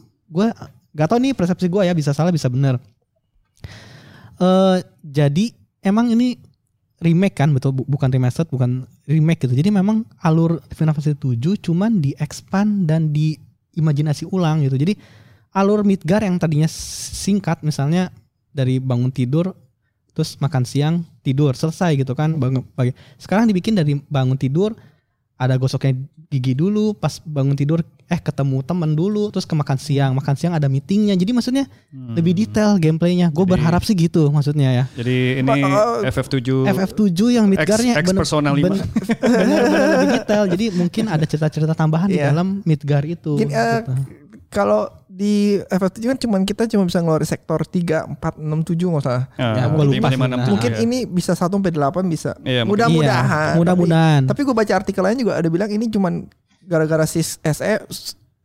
gak tahu nih persepsi gue ya, bisa salah bisa benar. Jadi emang ini remake kan, betul, bukan remastered, bukan remake gitu. Jadi memang alur Final Fantasy 7 cuman di expand dan di imajinasi ulang gitu. Jadi alur Midgar yang tadinya singkat, misalnya dari bangun tidur terus makan siang tidur selesai gitu kan, bangun pagi. Sekarang dibikin dari bangun tidur ada gosoknya gigi dulu, pas bangun tidur ketemu temen dulu, terus ke makan siang ada meetingnya. Jadi maksudnya lebih detail gameplaynya. Gue berharap sih gitu maksudnya ya. Jadi ini FF7 yang Midgarnya Persona 5 benar-benar lebih detail. Jadi mungkin ada cerita-cerita tambahan di dalam Midgar itu. Gitu. Kalau di FF7 kan kita cuma bisa ngeluarin sektor 3, 4, 6, 7 nggak salah. Gue lupa. Mungkin ini bisa 1-8 bisa. Mudah-mudahan. Tapi gue baca artikel lain juga ada bilang ini cuma gara-gara si SE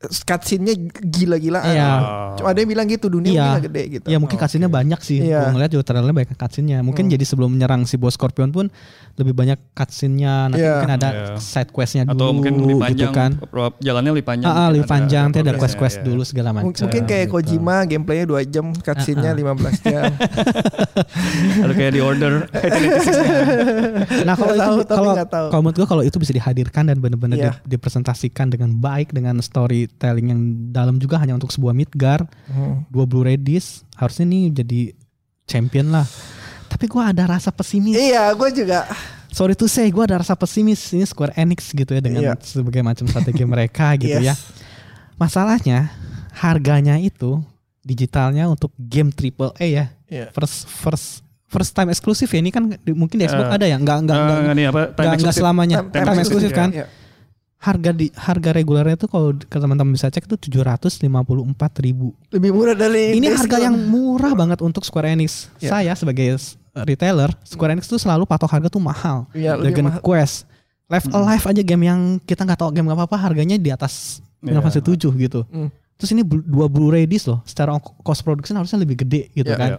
cutscene-nya gila-gilaan. Iya. Cuma ada yang bilang gitu, dunia gila gede gitu. Iya, mungkin cutscene-nya banyak sih. Gue ngeliat juga trailernya banyak cutscene-nya. Mungkin jadi sebelum menyerang si bos Scorpion pun lebih banyak cutscene-nya. Nanti mungkin ada side quest-nya dulu. Atau mungkin lebih panjang, gitu kan. Jalannya lebih panjang. Lebih panjang, nanti ada quest-quest dulu segala macam. Mungkin kayak gitu. Kojima gameplaynya 2 jam, cutscene-nya 15 jam. Lalu kayak di Order. Nah kalau menurut gue kalau itu bisa dihadirkan dan benar-benar dipresentasikan dengan baik, dengan storytelling yang dalam juga hanya untuk sebuah Midgar, 2 Blu-ray disc, harusnya nih jadi champion lah. Tapi gue ada rasa pesimis. Iya, gue juga. Sorry to say, gue ada rasa pesimis ini Square Enix gitu ya dengan sebagai macam strategi mereka gitu ya. Masalahnya harganya itu digitalnya untuk game AAA ya. First time eksklusif ya, ini kan mungkin di Xbox ada ya, nggak selamanya time eksklusif kan. Harga regulernya tuh kalau teman-teman bisa cek itu 754.000. Lebih murah dari ini harga yang murah banget untuk Square Enix. Saya sebagai retailer, Square Enix tuh selalu patok harga tuh mahal. Dragon Quest, Live Alive aja game yang kita nggak tahu game apa harganya di atas Final Fantasy 7 gitu. Terus ini 2 Blu-ray disc loh, secara cost production harusnya lebih gede gitu kan.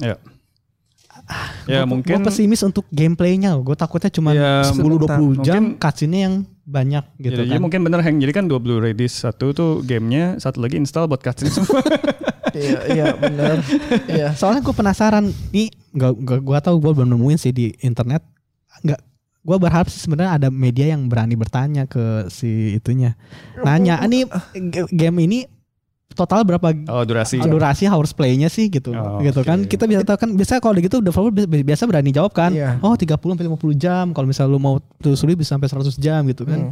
Ya mungkin gue pesimis untuk gameplaynya. Gue takutnya cuma 10-20 jam cutscene-nya yang banyak gitu kan. Jadi mungkin bener Heng. Jadi kan 2 Blu-ray disc, satu tuh gamenya, satu lagi install buat cutscene semua. Iya bener. Iya. Soalnya gue penasaran. Nih gue tahu gue belum nemuin sih di internet. Gue berharap sih sebenarnya ada media yang berani bertanya ke si itunya. Nanya, ini game ini total berapa durasi hours play-nya sih gitu. Gitu kan. Kita bisa tahu kan, biasanya kalau gitu developer biasa berani jawab kan. 30 sampai 50 jam. Kalau misalnya lu mau telusuri bisa sampai 100 jam gitu kan.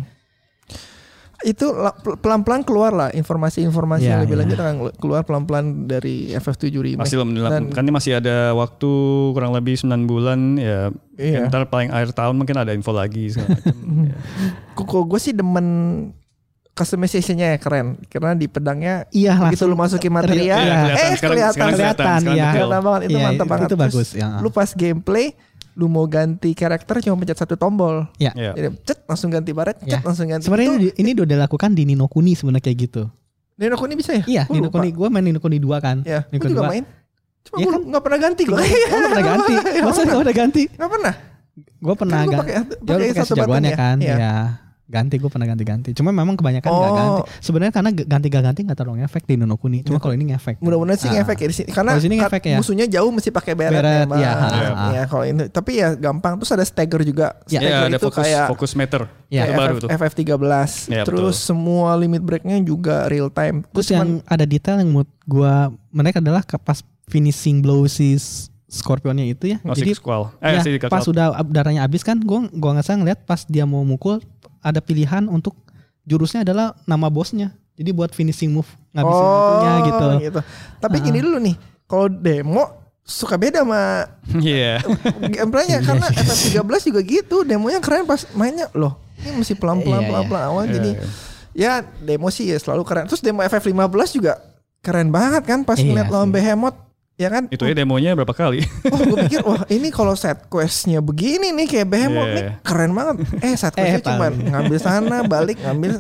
Itu pelan-pelan keluar lah informasi-informasi yang lebih lanjut akan keluar pelan-pelan dari FF7 Remake. Kan ini masih ada waktu kurang lebih 9 bulan ya. Ntar paling akhir tahun mungkin ada info lagi segala macam. Gue sih demen customization-nya keren karena di pedangnya begitu lu masukin material kelihatan banget, itu mantap banget. Itu bagus ya. Lu pas gameplay lu mau ganti karakter cuma pencet 1 tombol. Jadi langsung ganti baret, langsung ganti. Sebenarnya ini udah dilakukan di Ni no Kuni sebenarnya kayak gitu. Ni no Kuni bisa ya? Iya, Ni no Kuni. Gue main Ni no Kuni 2 kan. Iya, gue juga main. Cuma gue gak pernah ganti. Gue gak pernah ganti. Masa gak pernah ganti? Gak pernah. Gue pernah pakai satu jagoannya kan. Iya. Ganti, gue pernah ganti. Cuma memang kebanyakan gak ganti. Sebenarnya karena gak ganti gak terlalu ngefek di Ni no Kuni. Cuma kalau ini ngefek. Mudah-mudahan sih ngefek ya di sini. Karena musuhnya jauh mesti pakai beret ya kalau ini. Tapi ya gampang. Terus ada stagger juga. Iya, ada focus meter. Baru tuh. FF13. Terus semua limit breaknya juga real time. Terus yang ada detail yang menurut gue menarik adalah pas finishing blow si Scorpionnya itu ya. Jadi pas sudah darahnya habis kan, gue nggak salah ngeliat pas dia mau mukul ada pilihan untuk jurusnya adalah nama bosnya. Jadi buat finishing move ngabisin itunya gitu. Tapi gini dulu nih, kalau demo suka beda sama gameplaynya karena FF13 juga gitu, demonya keren pas mainnya loh. Ini mesti pelan-pelan awal jadi ya demo sih ya selalu keren. Terus demo FF15 juga keren banget kan pas ngeliat lawan Behemoth. Ya kan? Itu demonya berapa kali? Gue pikir ini kalau set questnya begini nih kayak Behemoth nih keren banget. Set questnya cuma ngambil sana balik ngambil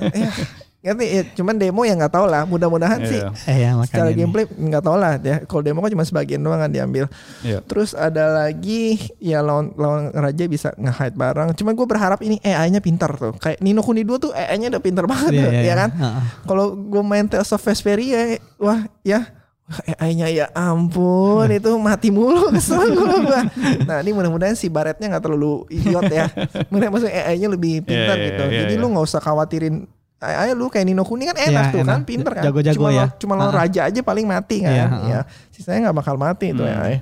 cuman demo ya nggak tahu lah. Mudah-mudahan sih secara gameplay nggak tahu lah ya. Kalau demo kan cuma sebagian doang kan diambil. Terus ada lagi ya lawan raja bisa nge-hide barang. Cuma gue berharap ini AI-nya pintar tuh. Kayak Ni no Kuni 2 tuh AI-nya udah pintar banget ya kan. Kalau gue main Tales of Vesperia AI-nya ya ampun itu mati mulu kesel gue. Nah ini mudah-mudahan si baretnya gak terlalu idiot ya. Maksudnya AI-nya lebih pintar gitu. Jadi lu gak usah khawatirin AI lu kayak Ni no Kuni kan enak kan, pintar kan. Jago-jago cuma lawan raja aja paling mati kan. Sisanya gak bakal mati itu AI.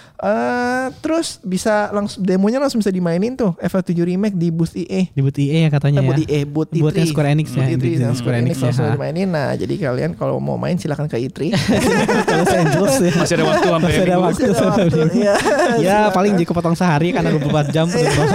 Terus bisa langsung demonya langsung bisa dimainin tuh FF7 Remake di booth EA. Di booth EA ya katanya ya. Booth E3. Buatnya Square Enix ya. Square Enix langsung dimainin. Nah, jadi kalian kalau mau main silakan ke E3. Los Angeles ya. Masih ada waktu sampai ya paling jika potong sehari karena 24 jam.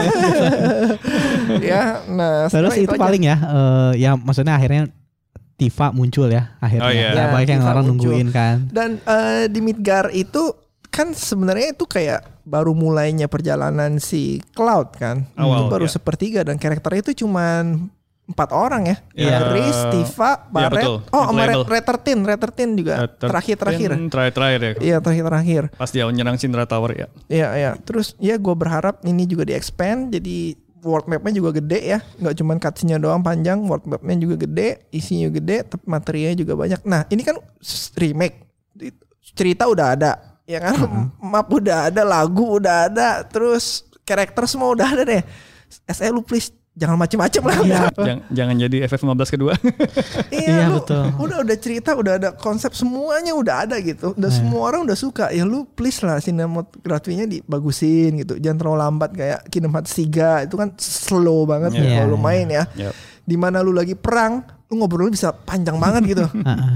Ya, nah terus itu paling ya. Ya maksudnya akhirnya Tifa muncul ya akhirnya. Ya, banyak yang orang nungguin kan. Dan di Midgar itu kan sebenarnya itu kayak baru mulainya perjalanan si Cloud kan. Itu baru sepertiga dan karakternya itu cuman 4 orang ya. Riz, Tifa, Barret. Sama Red13 juga terakhir. Terakhir ya. Iya, terakhir. Pas dia nyerang Syndra Tower ya. Iya. Terus ya gue berharap ini juga di-expand jadi world map-nya juga gede ya. Gak cuma cutscene-nya doang panjang, world map-nya juga gede, isinya gede, tapi materinya juga banyak. Nah, ini kan remake. Cerita udah ada, ya kan? Map udah ada, lagu udah ada, terus karakter semua udah ada deh. SE lu please jangan macem-macem lah. Jangan jadi FF15 kedua. Iya betul. Udah cerita, udah ada konsep, semuanya udah ada gitu. Udah semua orang udah suka. Ya lu please lah sinematografinya dibagusin gitu. Jangan terlalu lambat kayak Kingdom Hearts 3 itu kan slow banget kalau lu main ya. Dimana lu lagi perang, lu ngobrol bisa panjang banget gitu.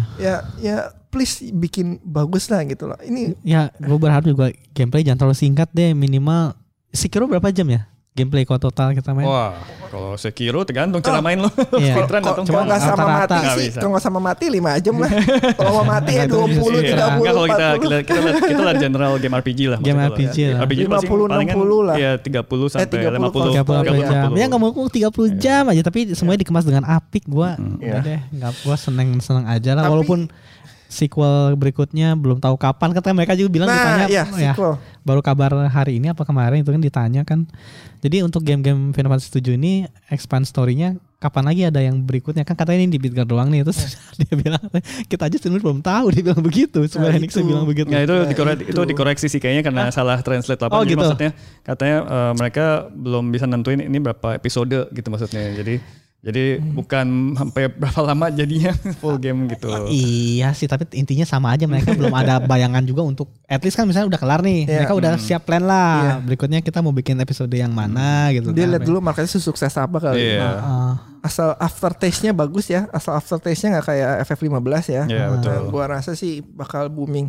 Ya please bikin bagus lah gitu loh. Ini ya gue berharap juga gameplay jangan terlalu singkat deh, minimal Sekiro berapa jam ya? Gameplay kalau total kita main. Wah, kalau Sekiro tergantung cara main lo. Kalau nggak sama mati sih, kalau nggak sama mati 5 jam lah. Kalau mau mati ya 20, 30. Enggak, kalau kita lihat general game RPG lah. Game RPG lah. RPG 50-60 lah. Iya 30 sampai 50 jam. Ya nggak mau 30 jam aja, tapi semuanya dikemas dengan apik. Gua udah deh, gua seneng aja lah. Walaupun sequel berikutnya belum tahu kapan, katanya mereka juga bilang ditanya baru kabar hari ini apa kemarin itu kan ditanya kan. Jadi untuk game-game Final Fantasy 7 ini expand story-nya kapan lagi ada yang berikutnya kan, katanya ini di Midgard doang nih. Terus dia bilang kita aja sebenarnya belum tahu, dia bilang begitu. Square Enix bilang begitu. Ya itu dikoreksi sih kayaknya karena salah translate apa gitu. Maksudnya katanya mereka belum bisa nentuin ini berapa episode gitu maksudnya. Jadi bukan sampai berapa lama jadinya full game gitu. Iya sih, tapi intinya sama aja, mereka belum ada bayangan juga untuk at least kan misalnya udah kelar nih. Mereka udah siap plan lah. Berikutnya kita mau bikin episode yang mana gitu. Dia lihat dulu marketnya sukses apa kali. Asal aftertaste-nya bagus ya. Asal aftertaste-nya enggak kayak FF15 ya. Iya, betul. Gua rasa sih bakal booming.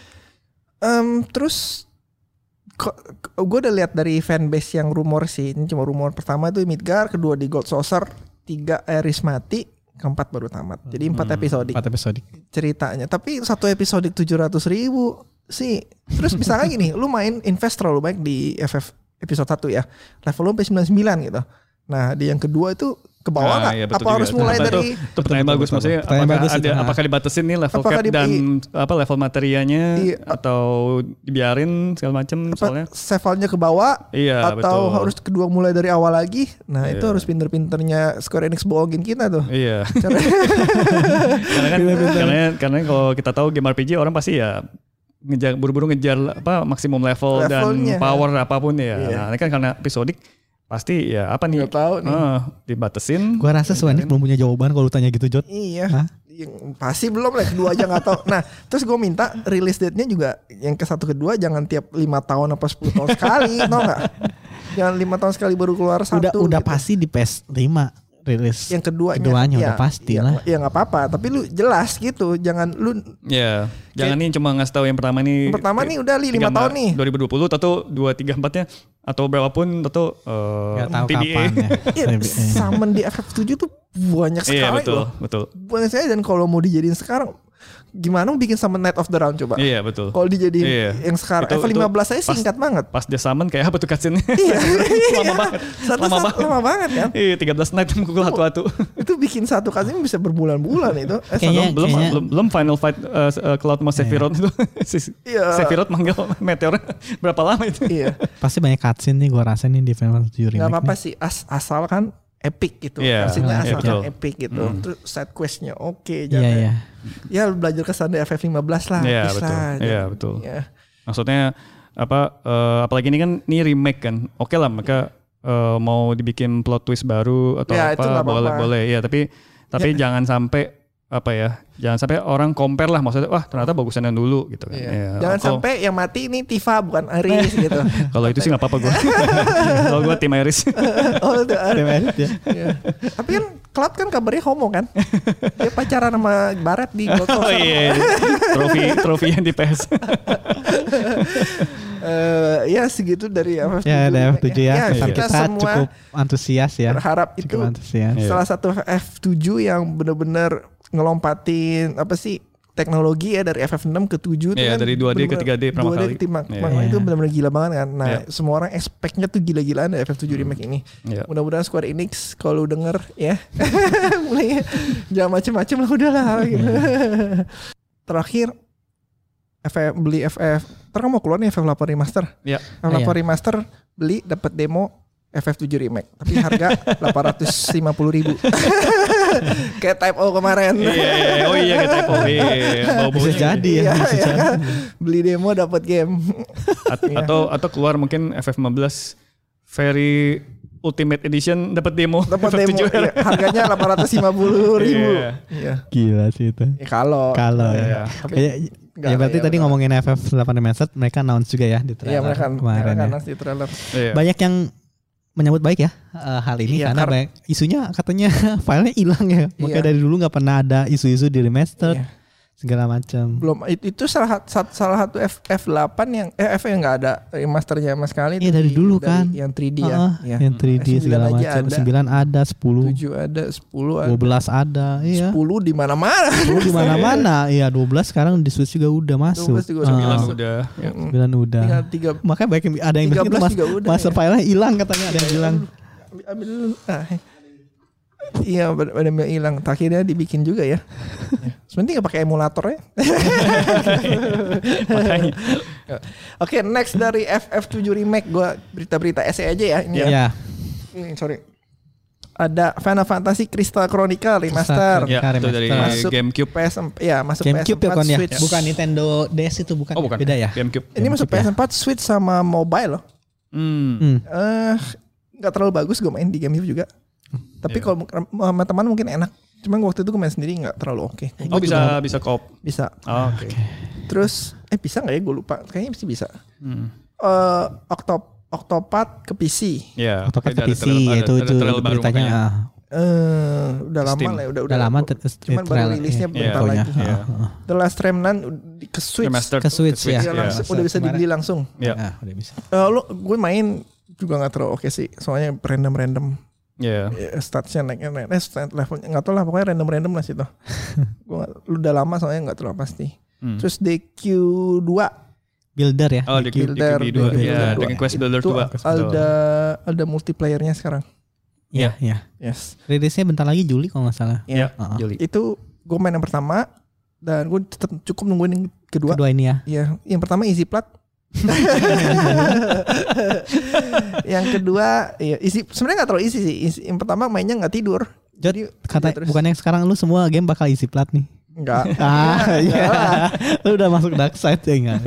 Terus gue udah lihat dari fanbase yang rumor sih. Ini cuma rumor. Pertama itu Midgard, kedua di Gold Saucer, 3 Aeris mati, keempat baru tamat. Jadi 4 episode ceritanya. Tapi satu episode 700.000 sih. Terus misalnya gini, lu main invest terlalu baik di FF episode 1 ya. Level lu sampai 99 gitu. Nah di yang kedua itu ke bawah nggak? Apa harus mulai dari? Itu pertanyaan bagus, maksudnya apakah dibatasin nih level cap dan level materianya atau dibiarin segala macam soalnya? Levelnya ke bawah atau harus kedua mulai dari awal lagi? Nah itu harus pinter-pinternya Square Enix bohongin kita tuh. Iya. Karena kalau kita tahu game RPG orang pasti ya buru-buru ngejar maksimum level dan power apapun ya. Nah ini kan karena episodik pasti ya apa nih? Gak tahu nih. Dibatesin. Gua rasa Square Enix belum punya jawaban kalau lu tanya gitu, Jod. Iya. Pasti belum lah, kedua aja gak tahu. Nah, terus gue minta release date-nya juga yang ke satu kedua jangan tiap 5 tahun apa 10 tahun sekali, tau gak? Jangan 5 tahun sekali baru keluar satu. Udah gitu. Pasti di PS5 rilis yang keduanya udah pasti lah. Ya nggak apa-apa, tapi lu jelas gitu, jangan lu. Ya, jangan nih cuma ngasih tahu yang pertama nih. Pertama nih udah 5 tahun nih. 2020 atau 2, 3, 4-nya atau berapapun atau TBA. Summon di FF7 tuh banyak sekali. Iya betul, loh. betul. Banyak sekali, dan kalau mau dijadiin sekarang gimana bikin summon Night of the Round coba? Iya betul. Kalau dijadiin yang sekarang F15 saya singkat banget. Pas dia summon kayak apa tuh cutscene? Iya. Lama banget kan? Iya 13 night mukul satu-satu. Itu bikin satu cutscene bisa berbulan-bulan itu. Belum final fight Cloud sama Sephiroth itu. Sephiroth manggil meteor berapa lama itu? Iya. Pasti banyak cutscene nih gua rasa nih di Final Fantasy Remake. Gak apa-apa sih, asal kan epic gitu. Hasilnya asalkan epic gitu. Terus side questnya oke, jangan. Ya lu belajar kesan dari FF15 lah. Iya betul. Maksudnya apalagi ini kan ini remake kan. Oke lah mereka mau dibikin plot twist baru atau boleh. Ya tapi jangan sampai jangan sampai orang compare lah, maksudnya wah ternyata bagusan yang dulu gitu kan. Jangan sampai yang mati ini Tifa bukan Aeris gitu. Kalau itu sih nggak apa-apa gue. Kalau gue tim Aeris. Tim Aeris ya. Tapi kan Cloud kan kabarnya homo kan. Dia pacaran sama Barret di Gold Saucer. Trofi yang di PS. Ya segitu dari FF7. Ya dari FF7 ya. Kita semua cukup antusias ya. Berharap itu salah satu F7 yang benar-benar ngelompatin teknologi ya dari FF6 ke 7 tuh kan dari 2D ke 3D pertama kali. Itu benar-benar gila banget kan. Nah, semua orang expect-nya tuh gila-gilaan dari FF7 remake ini. Mudah-mudahan Square Enix kalau denger ya mulai jangan macem-macem lah udahlah gitu. Terakhir beli FF. Ntar kamu mau keluar nih FF8 Remaster. FF8 Remaster beli dapat demo FF7 remake tapi harga 850.000. Kayak Type O kemarin. Kayak Type O. Bisa jadi ya. Beli demo dapat game. Atau keluar mungkin FF15 Very Ultimate Edition dapat demo. Harganya 850.000. Gila sih itu. Kalau Ya berarti tadi ngomongin FF8 Remastered mereka announce juga ya di trailer. Iya mereka kemarin announce di trailer. Banyak yang menyambut baik ya hal ini karena banyak isunya katanya filenya hilang ya. Makanya dari dulu nggak pernah ada isu-isu di remastered segala macam. Belum itu salah satu F8 yang F yang nggak ada remasternya sama sekali. Iya dari dulu kan. Yang 3D Yang 3D segala macam. 9 ada, 10. 7 ada, 10 ada. 12 ada, iya. 10 di mana-mana. 10 di mana-mana. Iya, 12 sekarang di Switch juga udah masuk. 12 juga 9 udah. 9 udah. Makanya banyak ada yang bilang master file-nya hilang katanya ada yang bilang. Ambil dulu. Iya, benar-benar hilang. Akhirnya dibikin juga ya. Sebenarnya nggak pakai emulator ya. Oke, next dari FF7 remake, gue berita-berita SE aja ya. Ini ya. Sorry. Ada Final Fantasy Crystal Chronicle remaster. Itu dari masuk GameCube. Masuk GameCube PS4 ya, Switch. Bukan Nintendo DS itu bukan. Oh, bukan. Beda ya. GameCube. Ini masuk PS4 Switch sama mobile loh. Nggak terlalu bagus, gue main di GameCube juga. Tapi kalau sama teman mungkin enak. Cuma waktu itu gue main sendiri nggak terlalu oke. Oh bisa co-op. Bisa. Oh, oke. Terus bisa nggak ya? Gue lupa. Kayaknya mesti bisa. Octopath ke PC. Iya. Octopath ke PC itu beritanya. Udah lama lah. Udah lama. Cuman baru rilisnya bentar lagi. The Last Remnant ke Switch. Ke Switch ya. Udah bisa dibeli langsung. Iya. Udah bisa. Gue main juga nggak terlalu oke sih. Soalnya random. Statsnya naiknya levelnya nggak tahu lah, pokoknya random lah situ. Lu udah lama soalnya nggak terlalu pasti. Terus DQ2 Builder ya. Oh, DQ2 ya, dengan Quest Builder 2. Ada multiplayernya sekarang. Iya. Yes. Rilisnya bentar lagi Juli kalau nggak salah. Iya. Juli. Itu gue main yang pertama dan gue cukup nungguin yang kedua. Kedua ini ya. Iya. Yang pertama easy plat. Yang kedua sebenarnya nggak terlalu easy sih. Yang pertama mainnya nggak tidur. Jadi bukannya sekarang lu semua game bakal easy plat nih? Enggak. Iya. Lu udah masuk dark side ya enggak?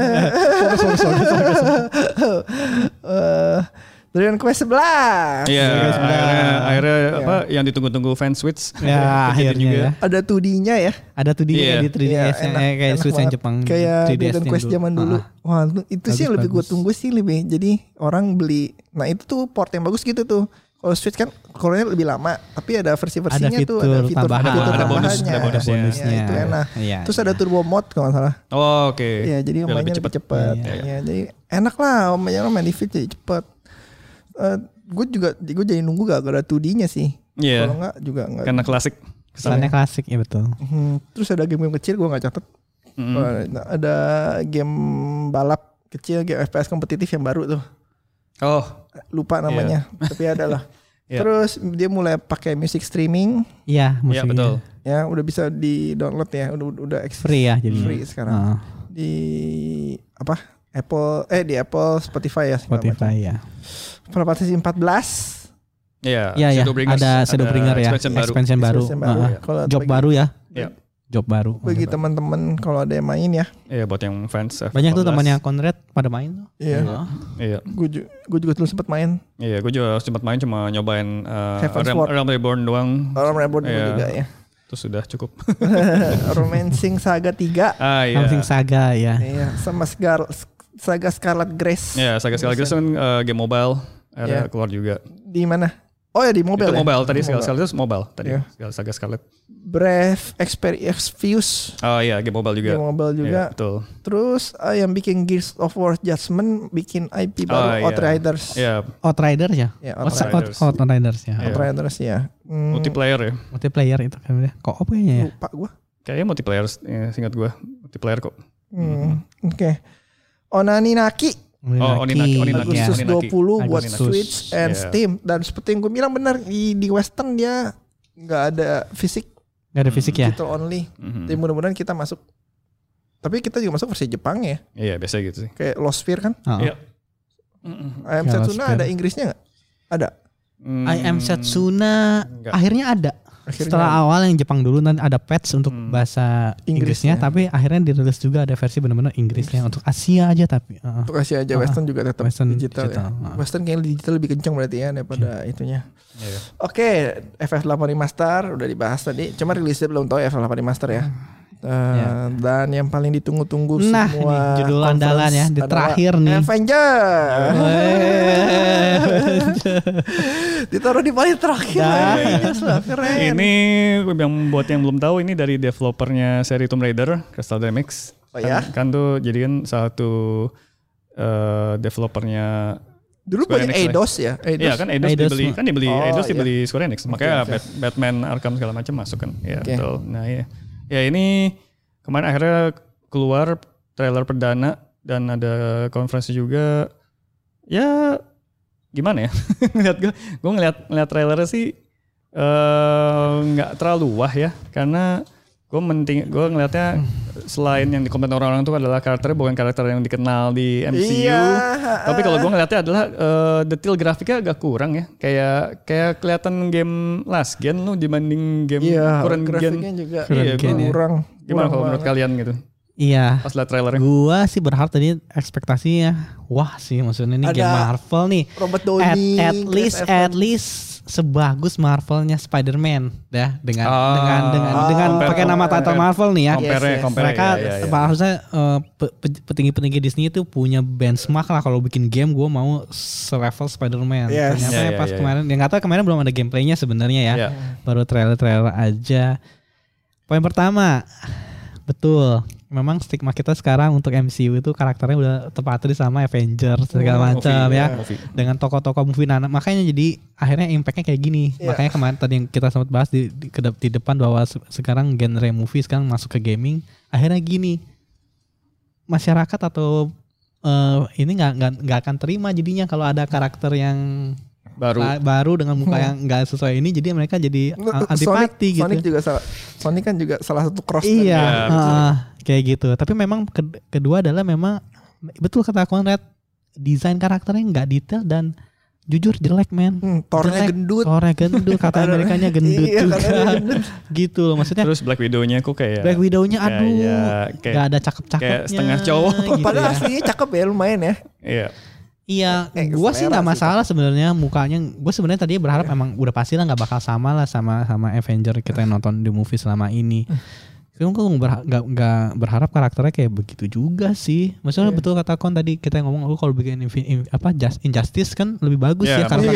Dragon Quest 11. Iya. Akhirnya apa yang ditunggu-tunggu fans Switch. Ya akhirnya juga. Ya. Ada 2D-nya ya. Ada 2D-nya di 3DS kayak Switch yang Jepang. Kayak Dragon Quest zaman dulu. Wah itu sih yang lebih gue tunggu sih lebih. Jadi orang beli. Nah itu tuh port yang bagus gitu tuh. Kalau Switch kan keluarnya lebih lama. Tapi ada versi-versinya tuh. Ada fitur tambahannya. Ada bonusnya. Itu enak. Terus ada turbo mode kalau nggak salah. Oh oke. Iya jadi mainnya lebih cepat. Jadi enak lah. Mainnya main di Switch jadi cepat. Gue jadi nunggu gak ada 2D-nya sih. Iya. Kalau enggak juga enggak. Karena klasik. Kesannya klasik ya betul. Terus ada game kecil gue nggak catat. Ada game balap kecil, game FPS kompetitif yang baru tuh. Oh, lupa namanya. Tapi ada lah. Terus dia mulai pakai music streaming. Iya, Iya betul. Ya udah bisa di download ya. Udah free ya jadi. Free sekarang. Di apa? Di Apple Spotify ya. Spotify ya. Final Fantasy 14. Iya. Ada Shadowbringer ya. Expansion baru. Job baru ya. Iya. Job baru. Bagi teman-teman kalau ada yang main ya. Iya buat yang fans. Banyak tuh teman yang Conrad pada main tuh. Iya. Gue juga dulu sempat main. Iya, gue juga sempat main cuma nyobain Realm Reborn doang. Realm Reborn juga ya. Terus sudah cukup. Romancing Saga 3. Romancing Saga ya. Iya, sama Saga Scarlet Grace. Iya, Saga Scarlet Grace kan game mobile. Ada keluar juga. Di mana? Oh ya di mobile. Itu mobile tadi Scarlet itu mobile tadi. Saga Scarlet. Brave Exvius. Oh iya, game mobile juga. Game mobile juga. Yeah, betul. Terus yang bikin Gears of War Judgment bikin IP baru Outriders. Iya. Outriders ya? Outriders ya. Multiplayer ya. Multiplayer itu kan ya. Co-op kayaknya ya. Lupa gue. Kayaknya multiplayer, seingat gue multiplayer kok. Oke. Onaninaki. Agustus 20 buat Switch and Steam. Dan seperti yang gue bilang benar, di Western dia nggak ada fisik. Nggak ada fisik ya? Digital only. Jadi mudah-mudahan kita masuk. Tapi kita juga masuk versi Jepang ya. Iya biasa gitu sih. Kayak Lost Sphere kan. Iya. I Am Setsuna ada Inggrisnya nggak? Ada. I Am Setsuna akhirnya ada. Setelah awal yang Jepang dulu nanti ada patch untuk bahasa Inggrisnya, tapi akhirnya dirilis juga ada versi benar-benar Inggrisnya untuk Asia aja tapi. Untuk Asia aja, Western juga tetap Western digital ya. Western kayaknya digital lebih kencang berarti ya daripada itunya. Oke, FF8 Remaster udah dibahas tadi. Cuma rilisnya belum tahu FF8 Remaster ya. Dan yang paling ditunggu-tunggu semua ini judul andalan ya di terakhir nih Avengers. Ditaruh di paling terakhir. Keren. Ini yang buat yang belum tahu, ini dari developernya seri Tomb Raider, Crystal Dynamics. Kan tuh jadi kan satu developernya dulu punya Eidos ya. Iya kan Eidos dibeli Eidos dibeli Square Enix. Makanya Batman Arkham segala macam masuk kan. Iya betul. Nah iya. Ya ini kemarin akhirnya keluar trailer perdana dan ada konferensi juga. Ya gimana ya? gue ngeliat trailernya sih nggak terlalu wah ya, karena gue ngeliatnya selain yang dikomen orang-orang itu adalah karakternya bukan karakter yang dikenal di MCU. Tapi kalau gue ngeliatnya adalah detail grafiknya agak kurang ya. Kayak kelihatan game last gen lu dibanding game current gen. Juga kurang. Gimana kalau menurut kalian gitu? Iya. Pas lihat trailernya. Gua sih berharap tadi ekspektasinya wah sih, maksudnya ini game Marvel nih. Robert Downey. At least sebagus Marvelnya Spider-Man ya dengan pakai nama title Marvel nih ya. Mereka harusnya petinggi-petinggi Disney itu punya benchmark lah kalau bikin game gue mau selevel Spider-Man. Ternyata pas kemarin yang kata kemarin belum ada gameplaynya sebenarnya ya. Baru trailer aja. Poin pertama, betul. Memang stigma kita sekarang untuk MCU itu karakternya udah terpatri sama Avengers segala macam ya. Dengan tokoh-tokoh movie makanya jadi akhirnya impactnya kayak gini. Makanya kemarin tadi yang kita sempat bahas di depan bahwa sekarang genre movie sekarang masuk ke gaming. Akhirnya gini, masyarakat atau ini nggak akan terima jadinya kalau ada karakter yang baru dengan muka yang nggak sesuai ini, jadi mereka jadi antipati gitu. Sonic kan juga salah satu cross. Iya, kayak gitu. Tapi memang kedua adalah memang betul kata Konrad, desain karakternya nggak detail dan jujur jelek men. Thor-nya gendut, kata Amerikanya gendut juga. Gitu loh maksudnya. Terus Black Widow-nya kok kayak Black Widow-nya nggak ada cakep-cakepnya. Kayak setengah cowok. Gitu padahal aslinya cakep ya, lumayan ya. Iya, gue sih nggak masalah sebenarnya mukanya. Gue sebenarnya tadi berharap emang udah pasti lah nggak bakal sama lah sama Avenger kita yang nonton di movie selama ini. Gue nggak berharap karakternya kayak begitu juga sih. Maksudnya betul kata Kon tadi kita ngomong kalau bikin Injustice kan lebih bagus ya karena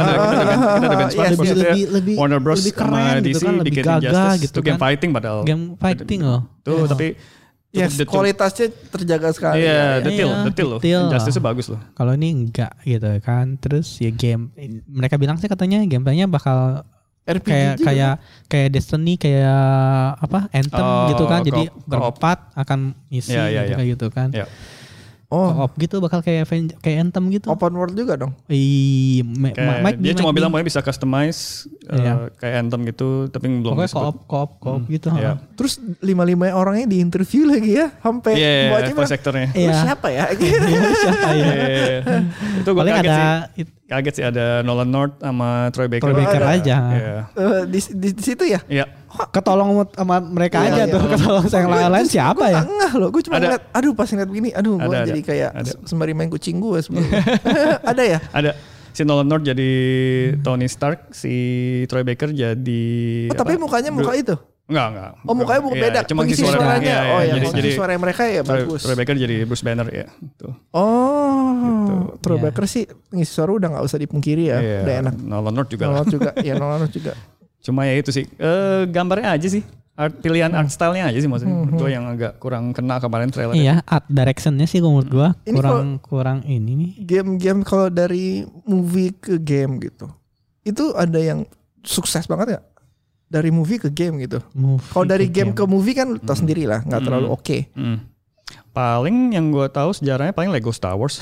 lebih Warner Bros keren gitu kan, lebih gagah gitu kan. Game fighting padahal. Game fighting loh. Tuh tapi kualitasnya terjaga sekali. Iya, detail loh. Injustice bagus loh. Kalau ini enggak gitu kan. Terus ya game mereka bilang sih katanya gameplaynya bakal RPG kayak Destiny, kayak Anthem gitu kan. Jadi berempat akan isi kayak gitu kan. Co-op gitu bakal kayak Anthem gitu. Open world juga dong. Dia cuma bilang mau bisa customize kayak Anthem gitu, tapi belum. Pokoknya co-op gitu. Terus 5 orangnya di interview lagi ya, sampai voice actornya. Siapa ya? Itu gue kaget sih ada Nolan North sama Troy Baker aja. Di situ ya? Iya. Ketolong sama mereka aja tuh. Ketolong yang lain siapa ya? Enggak loh, gue cuma ngeliat, pas ngeliat begini, gue jadi kayak sembari main kucing gue sebelumnya. Ada ya? Ada. Si Nolan North jadi Tony Stark, si Troy Baker jadi tapi mukanya muka itu? Enggak. Oh, mukanya berbeda. Cuma ngisi suaranya. Jadi suara mereka ya bagus. Troy Baker jadi Bruce Banner ya. Tuh. Troy Baker sih ngisi suara udah nggak usah dipungkiri ya. Udah enak. Nolan North juga. Nolan North juga. Cuma ya itu sih, gambarnya aja sih, pilihan art style-nya aja sih maksudnya. Itu yang agak kurang kena kemarin trailer. Iya, art direction-nya sih menurut gua kurang ini nih. Game-game kalau dari movie ke game gitu, itu ada yang sukses banget ya? dari movie ke game gitu. Kalau dari game ke movie kan tau sendiri lah, nggak terlalu oke. Paling yang gue tahu sejarahnya paling Lego Star Wars.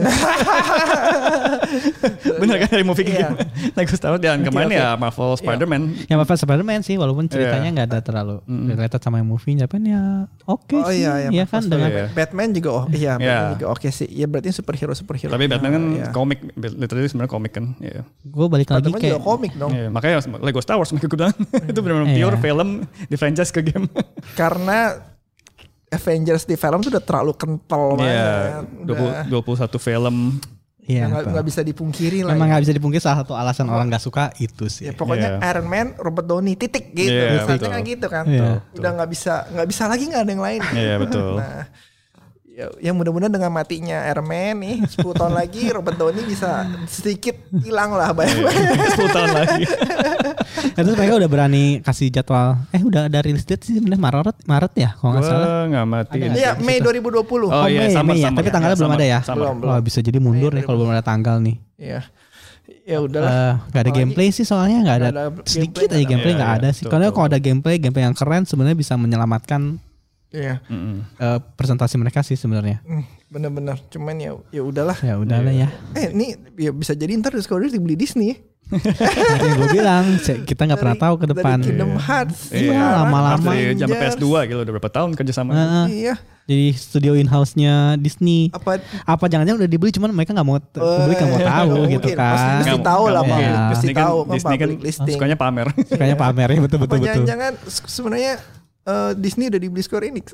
Bener kan dari movie game. Lego Star Wars dan kemarin ya Marvel Spider-Man. Ya Marvel Spider-Man sih walaupun ceritanya nggak ada terlalu related sama yang movie, tapi ya oke sih. Iya kan dengan Batman juga Batman juga oke sih. Ya berarti superhero. Tapi Batman kan komik, literally sebenarnya komik kan. Gue balik lagi kayak juga komik dong. Makanya Lego Star Wars mereka bilang itu benar-benar pure film di franchise ke game. Karena Avengers di film tuh udah terlalu kental banget. 21 film. Iya. Nggak bisa dipungkiri lah. Memang nggak bisa dipungkiri salah satu alasan orang nggak suka itu sih. Ya, pokoknya Iron Man, Robert Downey titik gitu. Misalnya kan gitu kan. Udah nggak bisa lagi nggak ada yang lain. Iya betul. Nah, ya mudah-mudahan dengan matinya Iron Man nih 10 tahun lagi Robert Downey bisa sedikit hilang lah banyak-banyak. 10 tahun lagi. Terus mereka udah berani kasih jadwal. Udah ada release date sih sebenarnya Maret ya kalau nggak salah. Nggak mati. Iya Mei 2020. Oh iya sama ya. Tapi tanggalnya belum ada ya. Belum. Bisa jadi mundur nih kalau belum ada tanggal nih. Iya. Ya udahlah. Gak ada gameplay sih soalnya nggak ada sedikit aja gameplay nggak ada sih. Karena kalau ada gameplay yang keren sebenarnya bisa menyelamatkan. Iya. Presentasi mereka sih sebenarnya. Bener-bener. Cuman ya udahlah. Ya udahlah ya. Ini ya bisa jadi ntar Discovery dibeli Disney. Yang gue bilang kita nggak pernah tahu ke depan. Dari Kingdom Hearts. Iya lama-lama. Zaman PS2 gitu udah berapa tahun kerjasama. Iya. Jadi studio in-house-nya Disney. Apa jangan-jangan udah dibeli cuman mereka nggak mau publik nggak mau tahu gitu kan. Mesti tahu lah Pak. Mesti tahu Disney kan sukanya pamer. Sukanya pamer ya betul. Jangan-jangan sebenarnya Disney udah dibeli Square Enix.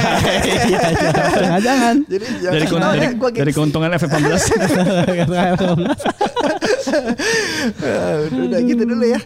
Jangan. Jadi dari keuntungan FF14. Udah gitu dulu ya.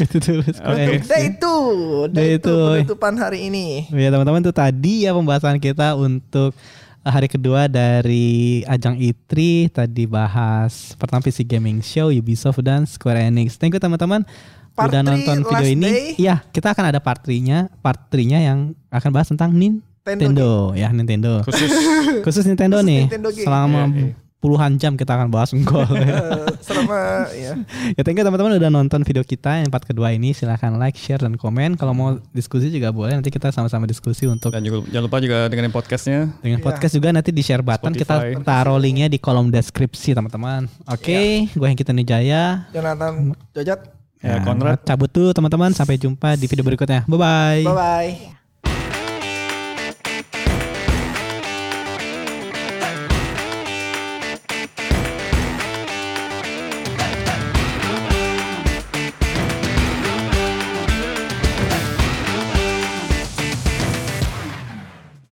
Itu penutupan hari ini. Ya teman-teman itu tadi ya pembahasan kita untuk hari kedua dari ajang E3. Tadi bahas pertama PC Gaming Show, Ubisoft dan Square Enix. Thank you teman-teman. Udah nonton video ini. Iya, kita akan ada part 3-nya yang akan bahas tentang Nintendo. Ya, Nintendo. Khusus Nintendo nih. Nintendo selama puluhan jam kita akan bahas Unggol. Selama ya. Ya, thank you teman-teman udah nonton video kita yang part kedua ini. Silahkan like, share dan komen. Kalau mau diskusi juga boleh. Nanti kita sama-sama diskusi untuk. Dan juga jangan lupa juga dengerin podcastnya. Dengan podcast juga nanti di share button. Spotify. Kita taruh linknya di kolom deskripsi teman-teman. Oke, gue yang kita Nijaya. Jonathan Jojot. Ya, Konrad cabut tuh teman-teman, sampai jumpa di video berikutnya. Bye bye. Bye bye.